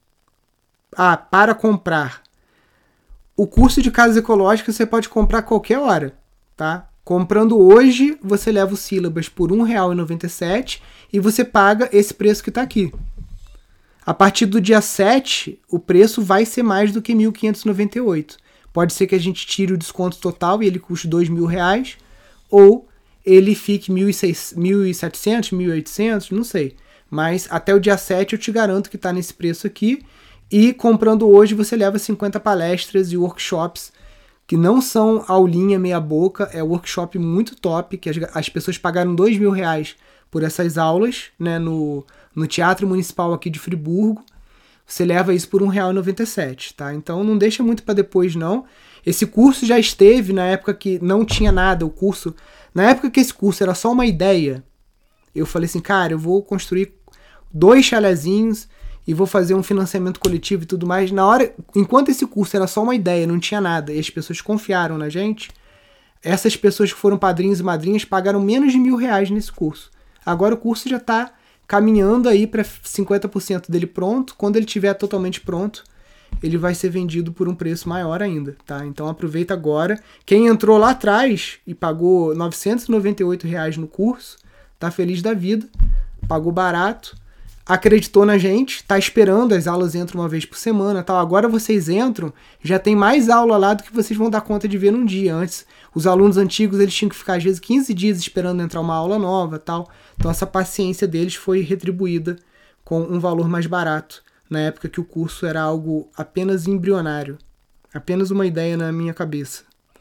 Speaker 1: Ah, para comprar. O curso de casas ecológicas você pode comprar a qualquer hora, tá? Comprando hoje, você leva o sílabus por um real e noventa e sete centavos e você paga esse preço que está aqui. A partir do dia sete, o preço vai ser mais do que mil quinhentos e noventa e oito reais. Pode ser que a gente tire o desconto total e ele custe dois mil reais, ou ele fique mil e setecentos, mil e oitocentos, não sei. Mas até o dia sete eu te garanto que está nesse preço aqui. E comprando hoje você leva cinquenta palestras e workshops que não são aulinha meia boca, é um workshop muito top, que as, as pessoas pagaram dois mil reais por essas aulas, né, no, no Teatro Municipal aqui de Friburgo. Você leva isso por um real e noventa e sete centavos, tá? Então não deixa muito para depois, não. Esse curso já esteve na época que não tinha nada, o curso... Na época que esse curso era só uma ideia, eu falei assim, cara, eu vou construir dois chalezinhos e vou fazer um financiamento coletivo e tudo mais. Na hora, enquanto esse curso era só uma ideia, não tinha nada, e as pessoas confiaram na gente, essas pessoas que foram padrinhos e madrinhas pagaram menos de mil reais nesse curso. Agora o curso já está caminhando aí para cinquenta por cento dele pronto. Quando ele estiver totalmente pronto, ele vai ser vendido por um preço maior ainda, tá? Então aproveita agora. Quem entrou lá atrás e pagou novecentos e noventa e oito reais no curso, tá feliz da vida, pagou barato, acreditou na gente, tá esperando, as aulas entram uma vez por semana, tal. Agora vocês entram, já tem mais aula lá do que vocês vão dar conta de ver num dia. Antes, os alunos antigos, eles tinham que ficar às vezes quinze dias esperando entrar uma aula nova, tal. Então essa paciência deles foi retribuída com um valor mais barato, na época que o curso era algo apenas embrionário, apenas uma ideia na minha cabeça.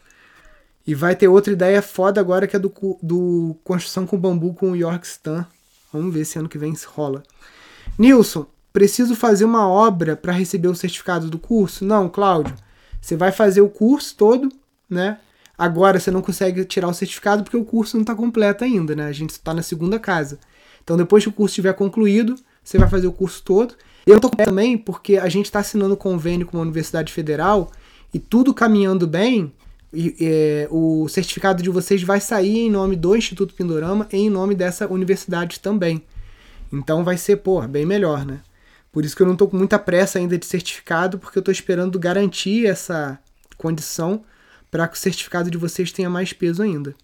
Speaker 1: E vai ter outra ideia foda agora, que é do, do Construção com Bambu com o York Stan. Vamos ver se ano que vem se rola. Nilson, preciso fazer uma obra para receber o certificado do curso? Não, Cláudio. Você vai fazer o curso todo, né? Agora você não consegue tirar o certificado porque o curso não está completo ainda, né? A gente está na segunda casa. Então depois que o curso estiver concluído, você vai fazer o curso todo. Eu estou também porque a gente está assinando convênio com a Universidade Federal e tudo caminhando bem, e, é, o certificado de vocês vai sair em nome do Instituto Pindorama e em nome dessa universidade também. Então vai ser, pô, bem melhor, né? Por isso que eu não tô com muita pressa ainda de certificado, porque eu tô esperando garantir essa condição para que o certificado de vocês tenha mais peso ainda.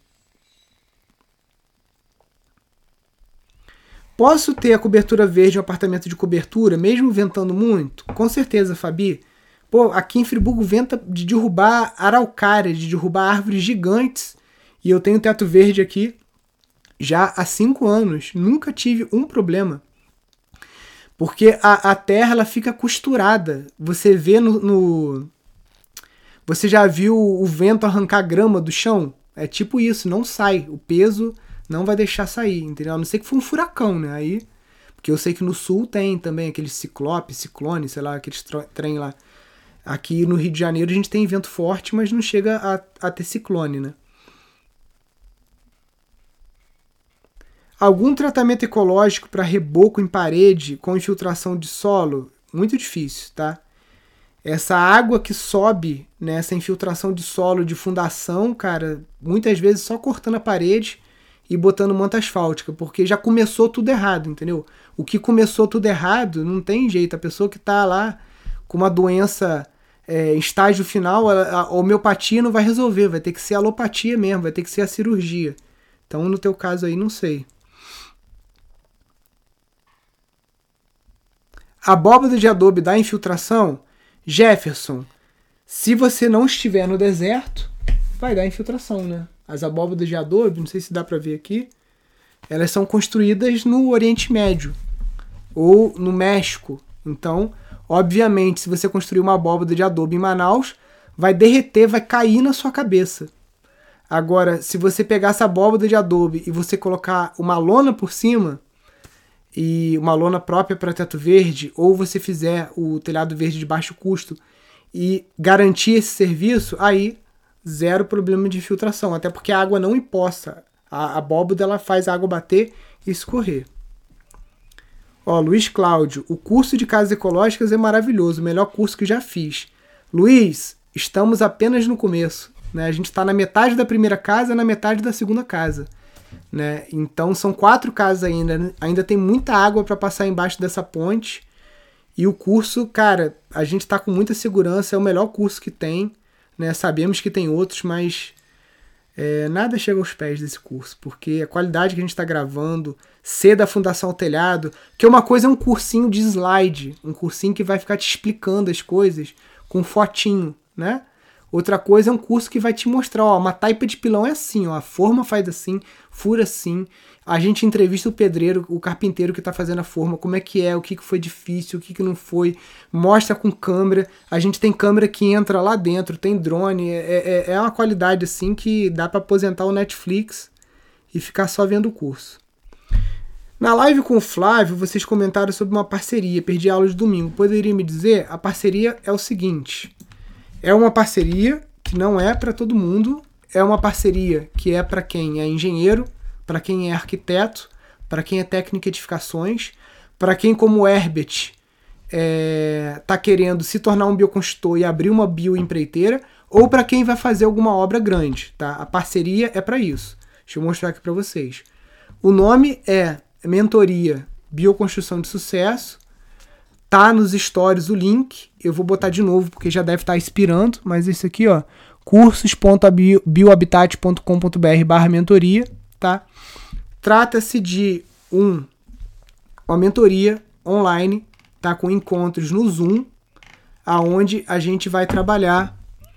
Speaker 1: Posso ter a cobertura verde, um apartamento de cobertura, mesmo ventando muito? Com certeza, Fabi. Pô, aqui em Friburgo venta de derrubar araucária, de derrubar árvores gigantes. E eu tenho teto verde aqui já há cinco anos. Nunca tive um problema. Porque a, a terra ela fica costurada. Você vê no, no... Você já viu o vento arrancar grama do chão? É tipo isso, não sai. O peso não vai deixar sair, entendeu? A não ser que for um furacão, né? Aí, porque eu sei que no sul tem também aqueles ciclope, ciclone, sei lá, aqueles trem lá. Aqui no Rio de Janeiro a gente tem vento forte, mas não chega a, a ter ciclone, né? Algum tratamento ecológico para reboco em parede com infiltração de solo? Muito difícil, tá? Essa água que sobe, né, essa infiltração de solo de fundação, cara, muitas vezes só cortando a parede e botando manta asfáltica, porque já começou tudo errado, entendeu? O que começou tudo errado, não tem jeito. A pessoa que tá lá com uma doença é, em estágio final, a, a homeopatia não vai resolver, vai ter que ser a alopatia mesmo, vai ter que ser a cirurgia. Então, no teu caso aí, não sei. A abóbora de adobe dá infiltração? Jefferson, se você não estiver no deserto, vai dar infiltração, né? As abóboras de adobe, não sei se dá para ver aqui, elas são construídas no Oriente Médio ou no México. Então, obviamente, se você construir uma abóbora de adobe em Manaus, vai derreter, vai cair na sua cabeça. Agora, se você pegar essa abóbora de adobe e você colocar uma lona por cima, e uma lona própria para teto verde, ou você fizer o telhado verde de baixo custo e garantir esse serviço, aí zero problema de infiltração, até porque a água não empoça. A abóbora ela faz a água bater e escorrer. Ó, Luiz Cláudio, o curso de casas ecológicas é maravilhoso, o melhor curso que já fiz. Luiz, estamos apenas no começo, né? A gente está na metade da primeira casa, na metade da segunda casa, né? Então são quatro casas ainda, né? Ainda tem muita água para passar embaixo dessa ponte. E o curso, cara, a gente está com muita segurança, é o melhor curso que tem, né? Sabemos que tem outros, mas é, nada chega aos pés desse curso, porque a qualidade que a gente está gravando, ser da Fundação ao Telhado, que uma coisa é um cursinho de slide, um cursinho que vai ficar te explicando as coisas com fotinho, né? Outra coisa é um curso que vai te mostrar, ó, uma taipa de pilão é assim, ó, a forma faz assim, fura assim. A gente entrevista o pedreiro, o carpinteiro que está fazendo a forma, como é que é, o que foi difícil, o que não foi, mostra com câmera. A gente tem câmera que entra lá dentro, tem drone, é, é, é uma qualidade assim que dá para aposentar o Netflix e ficar só vendo o curso. Na live com o Flávio, vocês comentaram sobre uma parceria, perdi a aula de domingo. Poderia me dizer? A parceria é o seguinte... É uma parceria que não é para todo mundo, é uma parceria que é para quem é engenheiro, para quem é arquiteto, para quem é técnico em edificações, para quem, como o Herbert, está é, querendo se tornar um bioconstrutor e abrir uma bioempreiteira, ou para quem vai fazer alguma obra grande. Tá? A parceria é para isso. Deixa eu mostrar aqui para vocês. O nome é Mentoria Bioconstrução de Sucesso. Tá nos stories o link, eu vou botar de novo porque já deve estar expirando, mas esse aqui, ó, cursos ponto biohabitat ponto com ponto br barra mentoria, tá? Trata-se de um, uma mentoria online, tá? Com encontros no Zoom, aonde a gente vai trabalhar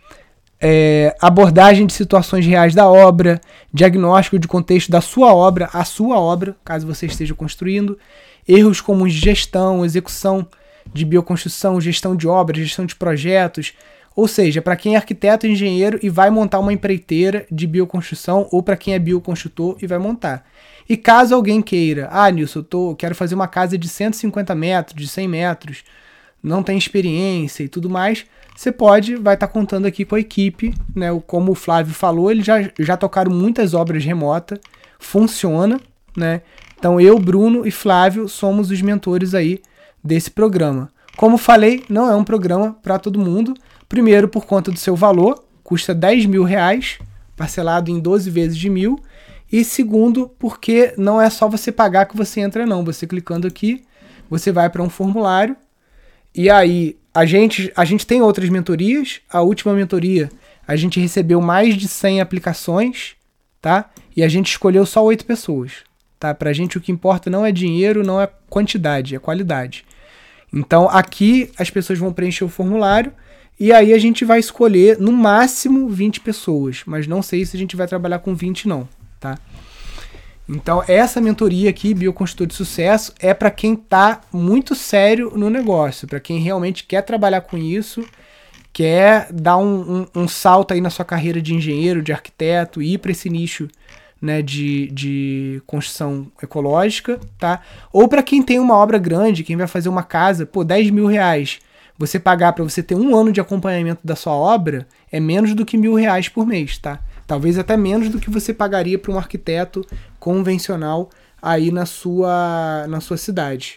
Speaker 1: é, abordagem de situações reais da obra, diagnóstico de contexto da sua obra, a sua obra, caso você esteja construindo, erros comuns de gestão, execução de bioconstrução, gestão de obras, gestão de projetos, ou seja, para quem é arquiteto, engenheiro e vai montar uma empreiteira de bioconstrução, ou para quem é bioconstrutor e vai montar. E caso alguém queira, ah, Nilson, eu tô, quero fazer uma casa de cento e cinquenta metros, de cem metros, não tem experiência e tudo mais, você pode, vai estar tá contando aqui com a equipe, né? Como o Flávio falou, eles já, já tocaram muitas obras remotas, funciona, né? Então eu, Bruno e Flávio somos os mentores aí desse programa. Como falei, não é um programa para todo mundo. Primeiro, por conta do seu valor, custa dez mil reais, parcelado em doze vezes de mil. E segundo, porque não é só você pagar que você entra não. Você clicando aqui, você vai para um formulário. E aí, a gente, a gente tem outras mentorias. A última mentoria, a gente recebeu mais de cem aplicações, tá? E a gente escolheu só oito pessoas, tá? Pra gente o que importa não é dinheiro, não é quantidade, é qualidade. Então aqui as pessoas vão preencher o formulário e aí a gente vai escolher no máximo vinte pessoas, mas não sei se a gente vai trabalhar com vinte não, tá? Então essa mentoria aqui, Bioconsultor de Sucesso, é para quem tá muito sério no negócio, para quem realmente quer trabalhar com isso, quer dar um, um, um salto aí na sua carreira de engenheiro, de arquiteto, ir para esse nicho, né, de, de construção ecológica, tá? Ou para quem tem uma obra grande, quem vai fazer uma casa, pô, dez mil reais, você pagar para você ter um ano de acompanhamento da sua obra é menos do que mil reais por mês, tá? Talvez até menos do que você pagaria para um arquiteto convencional aí na sua, na sua cidade.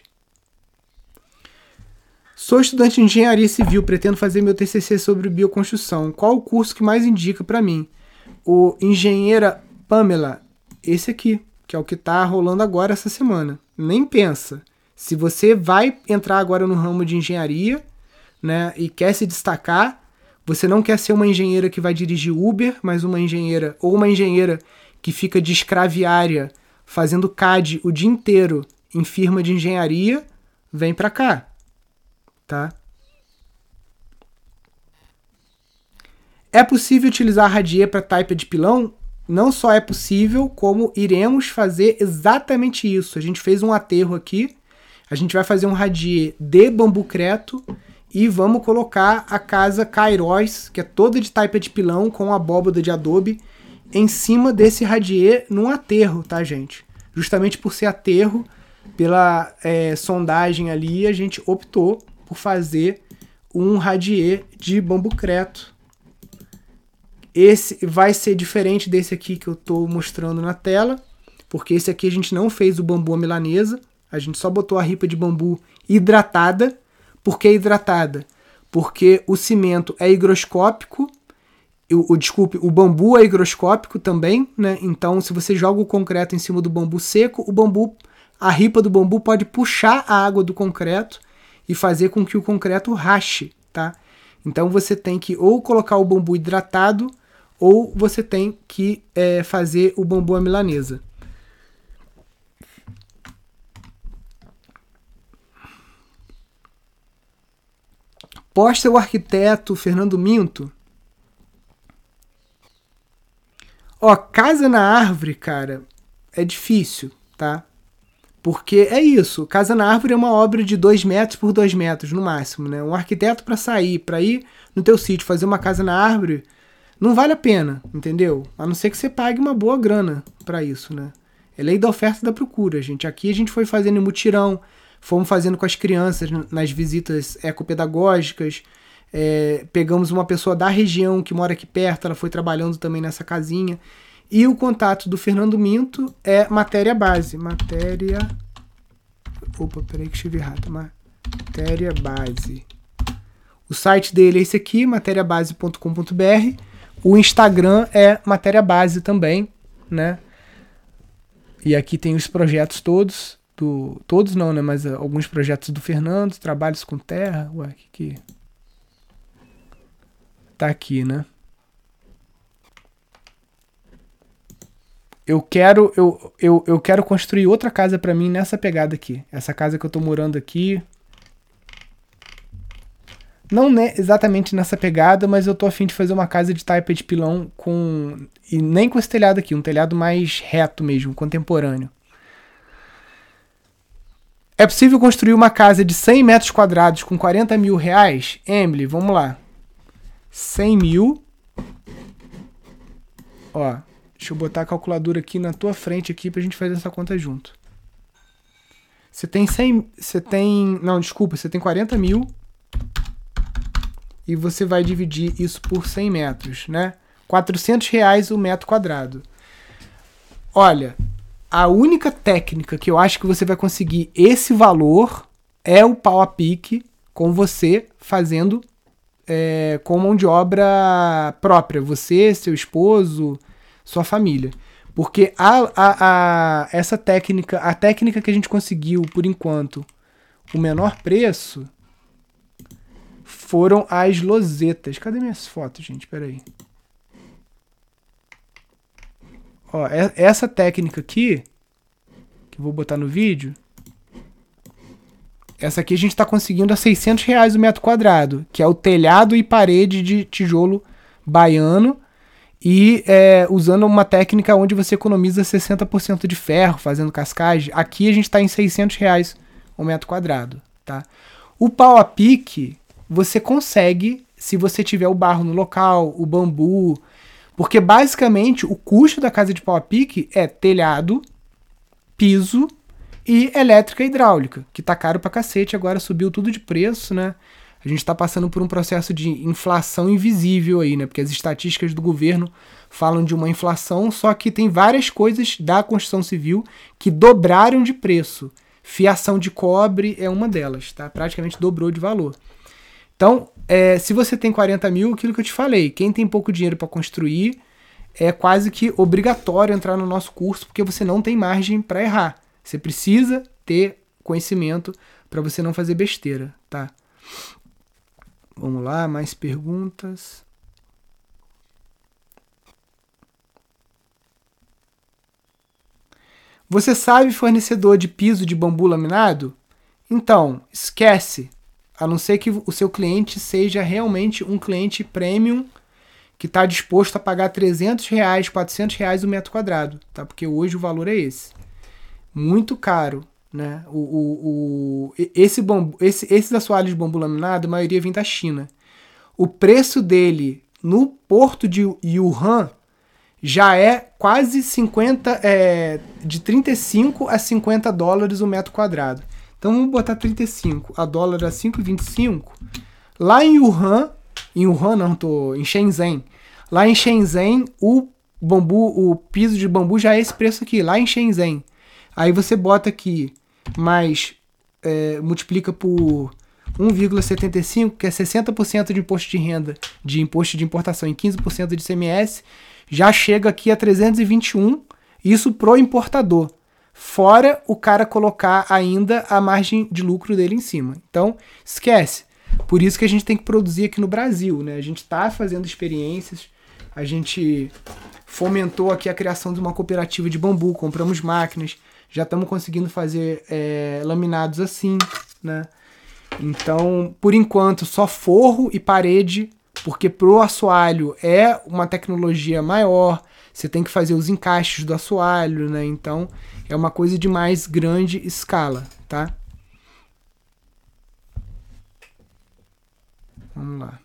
Speaker 1: Sou estudante de engenharia civil, pretendo fazer meu T C C sobre bioconstrução. Qual o curso que mais indica para mim? O Engenheira Pamela, esse aqui, que é o que tá rolando agora essa semana. Nem pensa. Se você vai entrar agora no ramo de engenharia, né, e quer se destacar, você não quer ser uma engenheira que vai dirigir Uber, mas uma engenheira, ou uma engenheira que fica de escraviária fazendo C A D o dia inteiro em firma de engenharia, vem pra cá, tá? É possível utilizar Radier para taipa de pilão? Não só é possível, como iremos fazer exatamente isso. A gente fez um aterro aqui, a gente vai fazer um Radier de bambu creto e vamos colocar a casa Kairos, que é toda de taipa de pilão com abóbada de adobe, em cima desse Radier num aterro, tá, gente? Justamente por ser aterro, pela é, sondagem ali, a gente optou por fazer um Radier de bambu creto. Esse vai ser diferente desse aqui que eu estou mostrando na tela, porque esse aqui a gente não fez o bambu à milanesa, a gente só botou a ripa de bambu hidratada. Por que hidratada? Porque o cimento é higroscópico, o, o, desculpe, o bambu é higroscópico também, né? Então se você joga o concreto em cima do bambu seco, o bambu, a ripa do bambu pode puxar a água do concreto e fazer com que o concreto rache, tá? Então você tem que ou colocar o bambu hidratado, ou você tem que é, fazer o bambu à milanesa. Posta o arquiteto Fernando Minto. Ó, casa na árvore, cara, é difícil, tá? Porque é isso, Casa na Árvore é uma obra de dois metros por dois metros no máximo, né? Um arquiteto para sair, para ir no teu sítio fazer uma casa na árvore, não vale a pena, entendeu? A não ser que você pague uma boa grana para isso, né? É lei da oferta e da procura, gente. Aqui a gente foi fazendo em mutirão, fomos fazendo com as crianças nas visitas ecopedagógicas, é, pegamos uma pessoa da região que mora aqui perto, ela foi trabalhando também nessa casinha. E o contato do Fernando Minto é matéria base. Matéria... Opa, peraí que escrevi errado. Matéria base. O site dele é esse aqui, matéria base ponto com ponto b r. O Instagram é matéria base também, né? E aqui tem os projetos todos. Do, todos não, né? Mas alguns projetos do Fernando, trabalhos com terra. Ué, que que... Tá aqui, né? Eu quero, eu, eu, eu quero construir outra casa pra mim nessa pegada aqui. Essa casa que eu tô morando aqui. Não né, exatamente nessa pegada, mas eu tô a fim de fazer uma casa de taipa de pilão com... E nem com esse telhado aqui, um telhado mais reto mesmo, contemporâneo. É possível construir uma casa de cem metros quadrados com quarenta mil reais? Emily, vamos lá. cem mil. Ó, deixa eu botar a calculadora aqui na tua frente aqui pra gente fazer essa conta junto. Você tem cem... Você tem... Não, desculpa, você tem quarenta mil. E você vai dividir isso por cem metros, né? quatrocentos reais o metro quadrado. Olha, a única técnica que eu acho que você vai conseguir esse valor é o pau a pique com você fazendo é, com mão de obra própria, você, seu esposo, sua família. Porque a, a, a, essa técnica, a técnica que a gente conseguiu, por enquanto, o menor preço, foram as losetas. Cadê minhas fotos, gente? Pera aí. Ó, essa técnica aqui, que eu vou botar no vídeo, essa aqui a gente está conseguindo a seiscentos reais o metro quadrado, que é o telhado e parede de tijolo baiano, e é, usando uma técnica onde você economiza sessenta por cento de ferro, fazendo cascagem. Aqui a gente está em seiscentos reais o metro quadrado, tá? O pau a pique, você consegue, se você tiver o barro no local, o bambu, porque basicamente o custo da casa de pau a pique é telhado, piso e elétrica e hidráulica, que tá caro pra cacete, agora subiu tudo de preço, né? A gente tá passando por um processo de inflação invisível aí, né? Porque as estatísticas do governo falam de uma inflação, só que tem várias coisas da construção civil que dobraram de preço. Fiação de cobre é uma delas, tá? Praticamente dobrou de valor. Então, é, se você tem quarenta mil, aquilo que eu te falei, quem tem pouco dinheiro para construir, é quase que obrigatório entrar no nosso curso, porque você não tem margem para errar. Você precisa ter conhecimento para você não fazer besteira, tá? Vamos lá, mais perguntas. Você sabe fornecedor de piso de bambu laminado? Então, esquece. A não ser que o seu cliente seja realmente um cliente premium que está disposto a pagar trezentos reais, quatrocentos reais o metro quadrado, tá? Porque hoje o valor é esse. Muito caro, né? O, o, o, esse bambu, esse, esses assoalhos de bambu laminado, a maioria vem da China. O preço dele no porto de Wuhan já é quase cinquenta, é, de trinta e cinco a cinquenta dólares o metro quadrado. Então vamos botar trinta e cinco a dólar a cinco vírgula vinte e cinco. Lá em Wuhan, em Wuhan não, tô em Shenzhen. Lá em Shenzhen, o bambu, o piso de bambu já é esse preço aqui, lá em Shenzhen. Aí você bota aqui, mais, é, multiplica por um vírgula setenta e cinco, que é sessenta por cento de imposto de renda, de imposto de importação e quinze por cento de I C M S, já chega aqui a trezentos e vinte e um, isso pro importador. Fora o cara colocar ainda a margem de lucro dele em cima. Então, esquece. Por isso que a gente tem que produzir aqui no Brasil, né? A gente está fazendo experiências, a gente fomentou aqui a criação de uma cooperativa de bambu, compramos máquinas, já estamos conseguindo fazer é, laminados assim, né? Então, por enquanto, só forro e parede, porque pro assoalho é uma tecnologia maior, você tem que fazer os encaixes do assoalho, né? Então, é uma coisa de mais grande escala, tá? Vamos lá.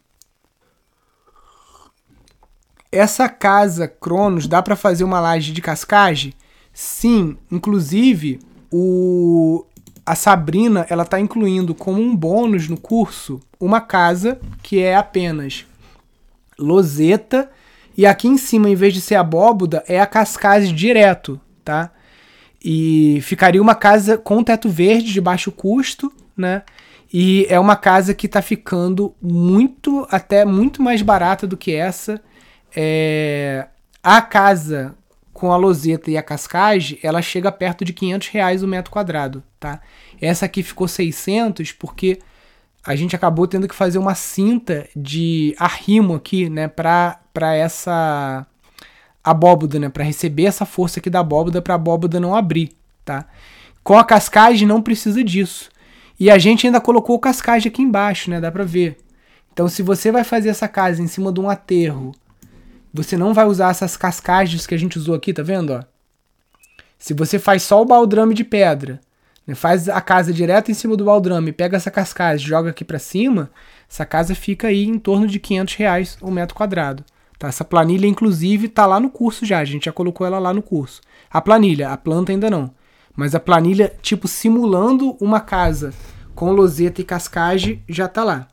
Speaker 1: Essa casa Cronos, dá para fazer uma laje de cascagem? Sim, inclusive, o... a Sabrina, ela tá incluindo como um bônus no curso uma casa que é apenas loseta e aqui em cima, em vez de ser abóboda, é a cascagem direto, tá? E ficaria uma casa com teto verde de baixo custo, né? E é uma casa que tá ficando muito, até muito mais barata do que essa. É... A casa com a loseta e a cascagem, ela chega perto de quinhentos reais o metro quadrado, tá? Essa aqui ficou seiscentos porque a gente acabou tendo que fazer uma cinta de arrimo aqui, né? Pra, pra essa abóboda, né? Pra receber essa força aqui da abóboda, pra abóboda não abrir, tá? Com a cascagem não precisa disso. E a gente ainda colocou cascagem aqui embaixo, né? Dá pra ver. Então, se você vai fazer essa casa em cima de um aterro, você não vai usar essas cascagens que a gente usou aqui, tá vendo, ó? Se você faz só o baldrame de pedra, né? Faz a casa direto em cima do baldrame, pega essa cascagem, joga aqui pra cima, essa casa fica aí em torno de quinhentos reais o metro quadrado. Tá? Essa planilha, inclusive, tá lá no curso já. A gente já colocou ela lá no curso. A planilha, a planta ainda não. Mas a planilha, tipo, simulando uma casa com loseta e cascagem, já tá lá.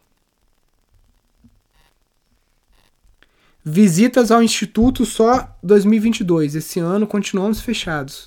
Speaker 1: Visitas ao Instituto só dois mil e vinte e dois. Esse ano continuamos fechados.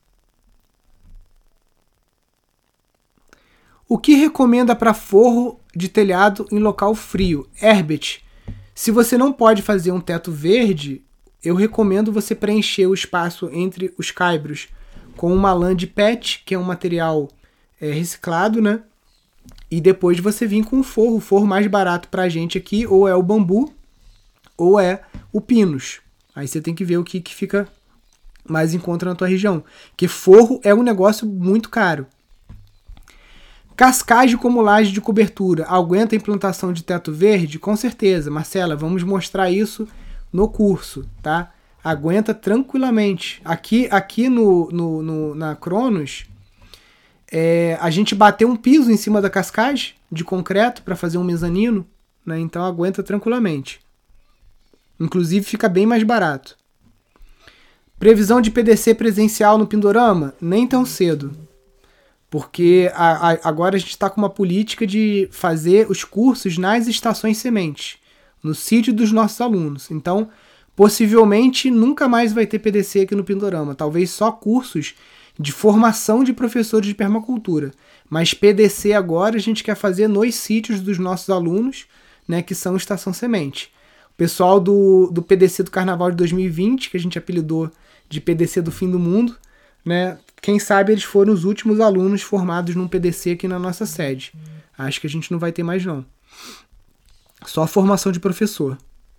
Speaker 1: O que recomenda para forro de telhado em local frio. Herbert, se você não pode fazer um teto verde, eu recomendo você preencher o espaço entre os caibros com uma lã de P E T, que é um material é, reciclado, né? E depois você vir com o forro. O forro mais barato pra gente aqui ou é o bambu ou é o pinus. Aí você tem que ver o que, que fica mais em conta na tua região. Porque forro é um negócio muito caro. Cascagem como laje de cobertura. Aguenta a implantação de teto verde? Com certeza. Marcela, vamos mostrar isso no curso, tá? Aguenta tranquilamente. Aqui, aqui no, no, no, na Cronos, é, a gente bateu um piso em cima da cascagem de concreto para fazer um mezanino, né? Então aguenta tranquilamente. Inclusive fica bem mais barato. Previsão de P D C presencial no Pindorama? Nem tão cedo. Porque a, a, agora a gente está com uma política de fazer os cursos nas estações sementes, no sítio dos nossos alunos. Então, possivelmente, nunca mais vai ter P D C aqui no Pindorama. Talvez só cursos de formação de professores de permacultura. Mas P D C agora a gente quer fazer nos sítios dos nossos alunos, né, que são estação semente. O pessoal do, do P D C do Carnaval de dois mil e vinte, que a gente apelidou de P D C do fim do mundo, né? Quem sabe eles foram os últimos alunos formados num P D C aqui na nossa sede. Acho que a gente não vai ter mais, não. Só formação de professor.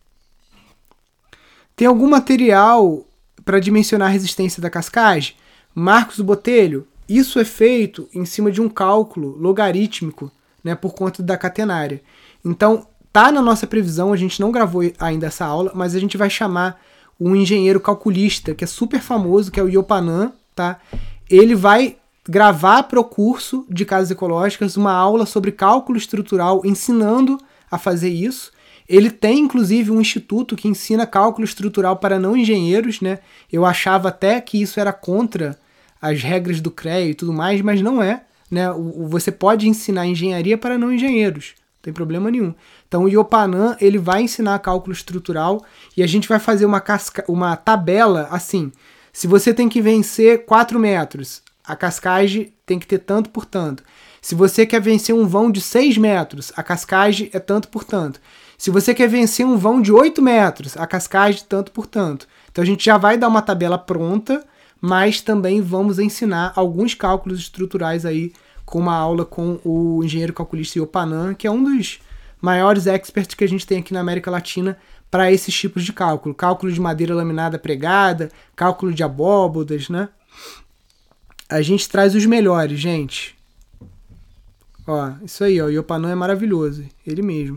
Speaker 1: Tem algum material para dimensionar a resistência da cascagem? Marcos do Botelho, isso é feito em cima de um cálculo logarítmico, né, por conta da catenária. Então, tá na nossa previsão, a gente não gravou ainda essa aula, mas a gente vai chamar um engenheiro calculista, que é super famoso, que é o Iopanã, tá? Ele vai gravar para o curso de casas ecológicas uma aula sobre cálculo estrutural, ensinando a fazer isso. Ele tem, inclusive, um instituto que ensina cálculo estrutural para não engenheiros, né? Eu achava até que isso era contra as regras do C R E A e tudo mais, mas não é, né? O, você pode ensinar engenharia para não engenheiros, não tem problema nenhum. Então o Iopanã, ele vai ensinar cálculo estrutural e a gente vai fazer uma, casca uma tabela assim. Se você tem que vencer quatro metros, a cascagem tem que ter tanto por tanto. Se você quer vencer um vão de seis metros, a cascagem é tanto por tanto. Se você quer vencer um vão de oito metros, a cascagem é tanto por tanto. Então a gente já vai dar uma tabela pronta, mas também vamos ensinar alguns cálculos estruturais aí com uma aula com o engenheiro calculista Iopanã, que é um dos maiores experts que a gente tem aqui na América Latina para esses tipos de cálculo. Cálculo de madeira laminada pregada, cálculo de abóbodas, né? A gente traz os melhores, gente. Ó, isso aí, ó, o Iopanã é maravilhoso, ele mesmo.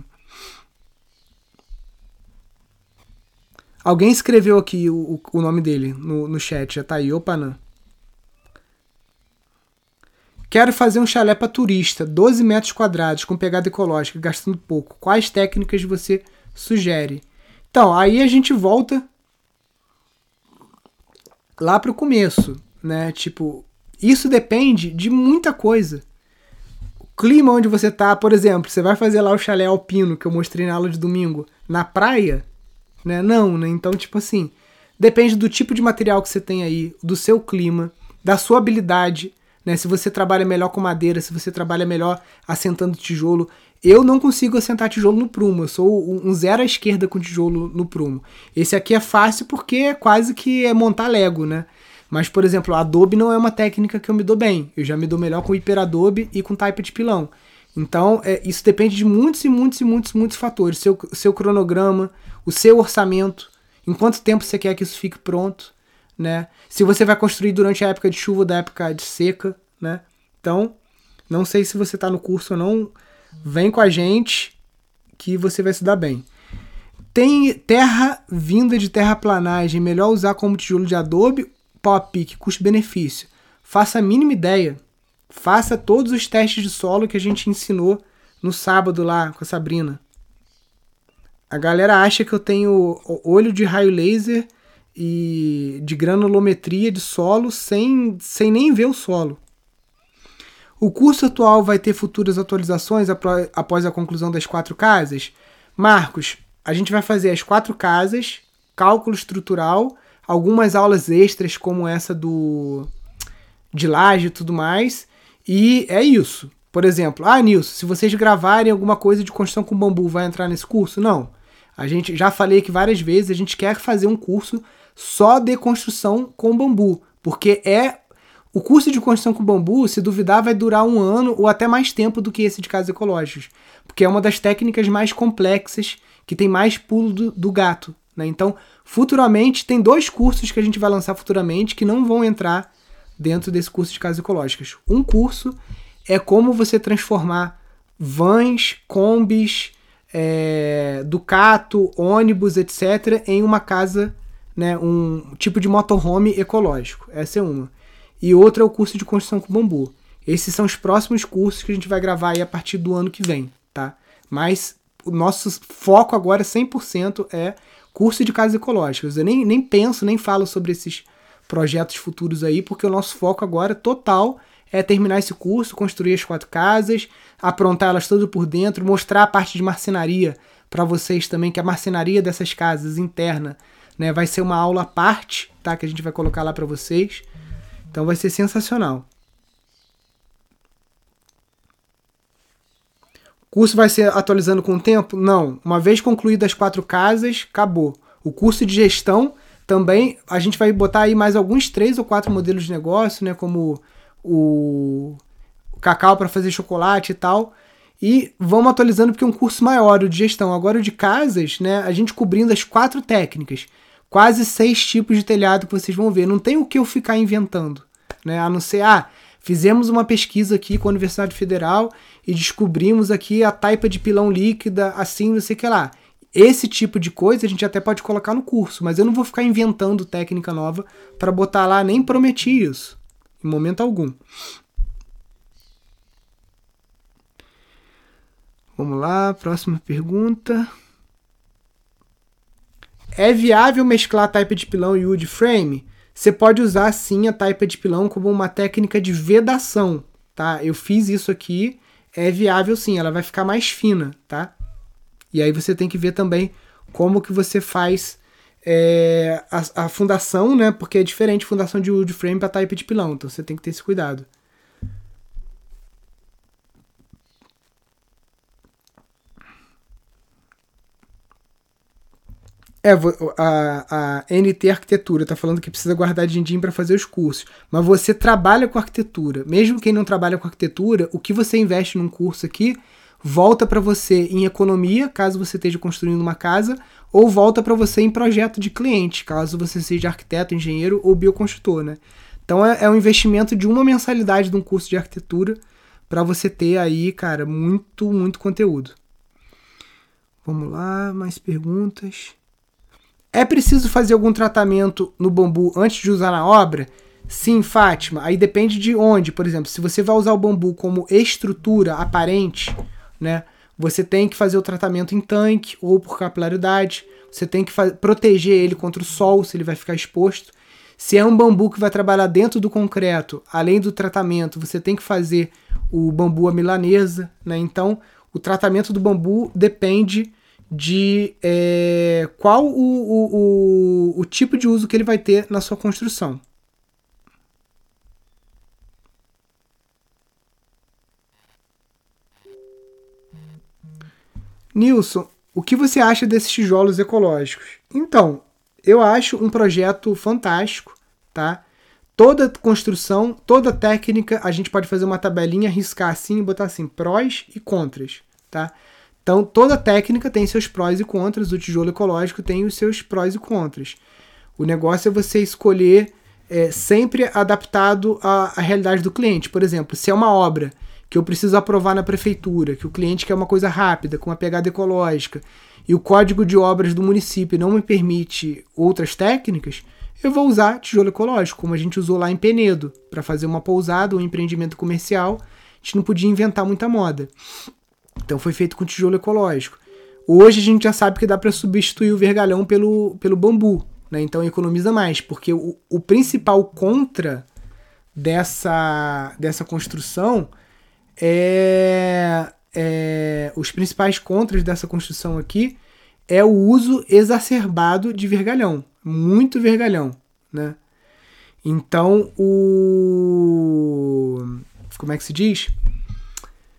Speaker 1: Alguém escreveu aqui o, o nome dele no, no chat, já tá aí, Iopanã. Quero fazer um chalé para turista, doze metros quadrados, com pegada ecológica, gastando pouco. Quais técnicas você sugere? Então, aí a gente volta lá pro começo, né? Tipo, isso depende de muita coisa. O clima onde você tá, por exemplo, você vai fazer lá o chalé alpino, que eu mostrei na aula de domingo, na praia, né? Não, né? Então, tipo assim, depende do tipo de material que você tem aí, do seu clima, da sua habilidade, né? Se você trabalha melhor com madeira, se você trabalha melhor assentando tijolo. Eu não consigo assentar tijolo no prumo, eu sou um zero à esquerda com tijolo no prumo. Esse aqui é fácil porque é quase que é montar Lego, né? Mas, por exemplo, Adobe não é uma técnica que eu me dou bem. Eu já me dou melhor com Hiperadobe e com taipa de pilão. Então, é, isso depende de muitos e muitos e muitos, muitos fatores. Seu, seu cronograma, o seu orçamento, em quanto tempo você quer que isso fique pronto, né? Se você vai construir durante a época de chuva ou da época de seca, né? Então, não sei se você está no curso ou não, vem com a gente que você vai se dar bem. Tem terra vinda de terraplanagem, melhor usar como tijolo de adobe, pau a pique, custo-benefício. Faça a mínima ideia. Faça todos os testes de solo que a gente ensinou no sábado lá com a Sabrina. A galera acha que eu tenho olho de raio laser e de granulometria de solo sem, sem nem ver o solo. O curso atual vai ter futuras atualizações após a conclusão das quatro casas? Marcos, a gente vai fazer as quatro casas, cálculo estrutural, algumas aulas extras como essa do de laje e tudo mais, e é isso. Por exemplo, ah, Nilson, se vocês gravarem alguma coisa de construção com bambu, vai entrar nesse curso? Não. A gente já falei aqui várias vezes, a gente quer fazer um curso só de construção com bambu, porque é o curso de construção com bambu, se duvidar, vai durar um ano ou até mais tempo do que esse de casas ecológicas, porque é uma das técnicas mais complexas, que tem mais pulo do, do gato, né? Então, futuramente, tem dois cursos que a gente vai lançar futuramente que não vão entrar dentro desse curso de casas ecológicas. Um curso é como você transformar vans, combis, é, Ducato, ônibus, etcétera, em uma casa, né, um tipo de motorhome ecológico. Essa é uma. E outra é o curso de construção com bambu. Esses são os próximos cursos que a gente vai gravar aí a partir do ano que vem, tá? Mas o nosso foco agora, cem por cento, é curso de casas ecológicas. Eu nem, nem penso, nem falo sobre esses projetos futuros aí, porque o nosso foco agora, total, é terminar esse curso, construir as quatro casas, aprontar elas todas por dentro, mostrar a parte de marcenaria para vocês também, que a marcenaria dessas casas interna, né, vai ser uma aula à parte, tá? Que a gente vai colocar lá para vocês. Então vai ser sensacional. O curso vai ser atualizando com o tempo? Não. Uma vez concluídas as quatro casas, acabou. O curso de gestão também, a gente vai botar aí mais alguns três ou quatro modelos de negócio, né? Como o, o cacau para fazer chocolate e tal. E vamos atualizando porque é um curso maior, o de gestão. Agora o de casas, né? A gente cobrindo as quatro técnicas. Quase seis tipos de telhado que vocês vão ver. Não tem o que eu ficar inventando, né? A não ser, ah, fizemos uma pesquisa aqui com a Universidade Federal e descobrimos aqui a taipa de pilão líquida, assim, não sei o que lá. Esse tipo de coisa a gente até pode colocar no curso, mas eu não vou ficar inventando técnica nova para botar lá, nem prometi isso, em momento algum. Vamos lá, próxima pergunta. É viável mesclar a taipa de pilão e wood frame? Você pode usar sim a taipa de pilão como uma técnica de vedação, tá? Eu fiz isso aqui, é viável sim, ela vai ficar mais fina, tá? E aí você tem que ver também como que você faz é, a, a fundação, né? Porque é diferente a fundação de wood frame para taipa de pilão, então você tem que ter esse cuidado. É, a, a N T Arquitetura está falando que precisa guardar din-din para fazer os cursos, mas você trabalha com arquitetura. Mesmo quem não trabalha com arquitetura, o que você investe num curso aqui volta para você em economia, caso você esteja construindo uma casa, ou volta para você em projeto de cliente, caso você seja arquiteto, engenheiro ou bioconstrutor, né? Então é, é um investimento de uma mensalidade de um curso de arquitetura para você ter aí, cara, muito, muito conteúdo. Vamos lá, mais perguntas. É preciso fazer algum tratamento no bambu antes de usar na obra? Sim, Fátima. Aí depende de onde. Por exemplo, se você vai usar o bambu como estrutura aparente, né, você tem que fazer o tratamento em tanque ou por capilaridade. Você tem que proteger ele contra o sol, se ele vai ficar exposto. Se é um bambu que vai trabalhar dentro do concreto, além do tratamento, você tem que fazer o bambu à milanesa, né? Então, o tratamento do bambu depende de é, qual o, o, o, o tipo de uso que ele vai ter na sua construção. Nilson, o que você acha desses tijolos ecológicos? Então, eu acho um projeto fantástico, tá? Toda construção, toda técnica, a gente pode fazer uma tabelinha, riscar assim e botar assim, prós e contras, tá? Então, toda técnica tem seus prós e contras, o tijolo ecológico tem os seus prós e contras. O negócio é você escolher é, sempre adaptado à, à realidade do cliente. Por exemplo, se é uma obra que eu preciso aprovar na prefeitura, que o cliente quer uma coisa rápida, com uma pegada ecológica, e o código de obras do município não me permite outras técnicas, eu vou usar tijolo ecológico, como a gente usou lá em Penedo, para fazer uma pousada, um empreendimento comercial. A gente não podia inventar muita moda. Então foi feito com tijolo ecológico. Hoje a gente já sabe que dá para substituir o vergalhão pelo, pelo bambu, né? Então economiza mais, porque o, o principal contra dessa, dessa construção é, é... Os principais contras dessa construção aqui é o uso exacerbado de vergalhão. Muito vergalhão, né? Então o... Como é que se diz?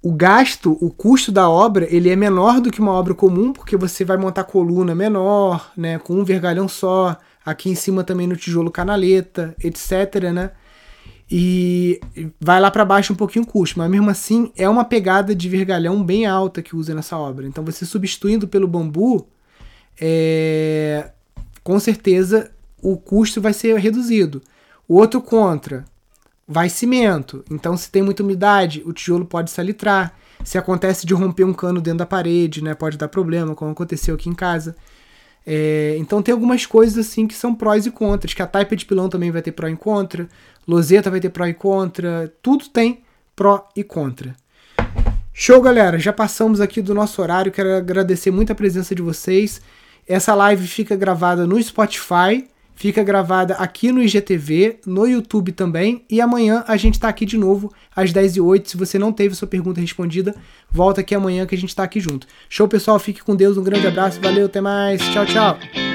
Speaker 1: o gasto, o custo da obra, ele é menor do que uma obra comum, porque você vai montar coluna menor, né, com um vergalhão só, aqui em cima também no tijolo canaleta, etc, né? E vai lá para baixo um pouquinho o custo, mas mesmo assim é uma pegada de vergalhão bem alta que usa nessa obra. Então você substituindo pelo bambu, é, com certeza o custo vai ser reduzido. O outro contra, vai cimento. Então se tem muita umidade, o tijolo pode salitrar. Se acontece de romper um cano dentro da parede, né, pode dar problema, como aconteceu aqui em casa. É, então tem algumas coisas assim que são prós e contras, que a taipa de pilão também vai ter pró e contra, loseta vai ter pró e contra, tudo tem pró e contra. Show, galera, já passamos aqui do nosso horário, quero agradecer muito a presença de vocês. Essa live fica gravada no Spotify, fica gravada aqui no I G T V, no YouTube também, e amanhã a gente tá aqui de novo às dez e oito. Se você não teve sua pergunta respondida, volta aqui amanhã que a gente tá aqui junto. Show, pessoal, fique com Deus, um grande abraço, valeu, até mais, tchau, tchau!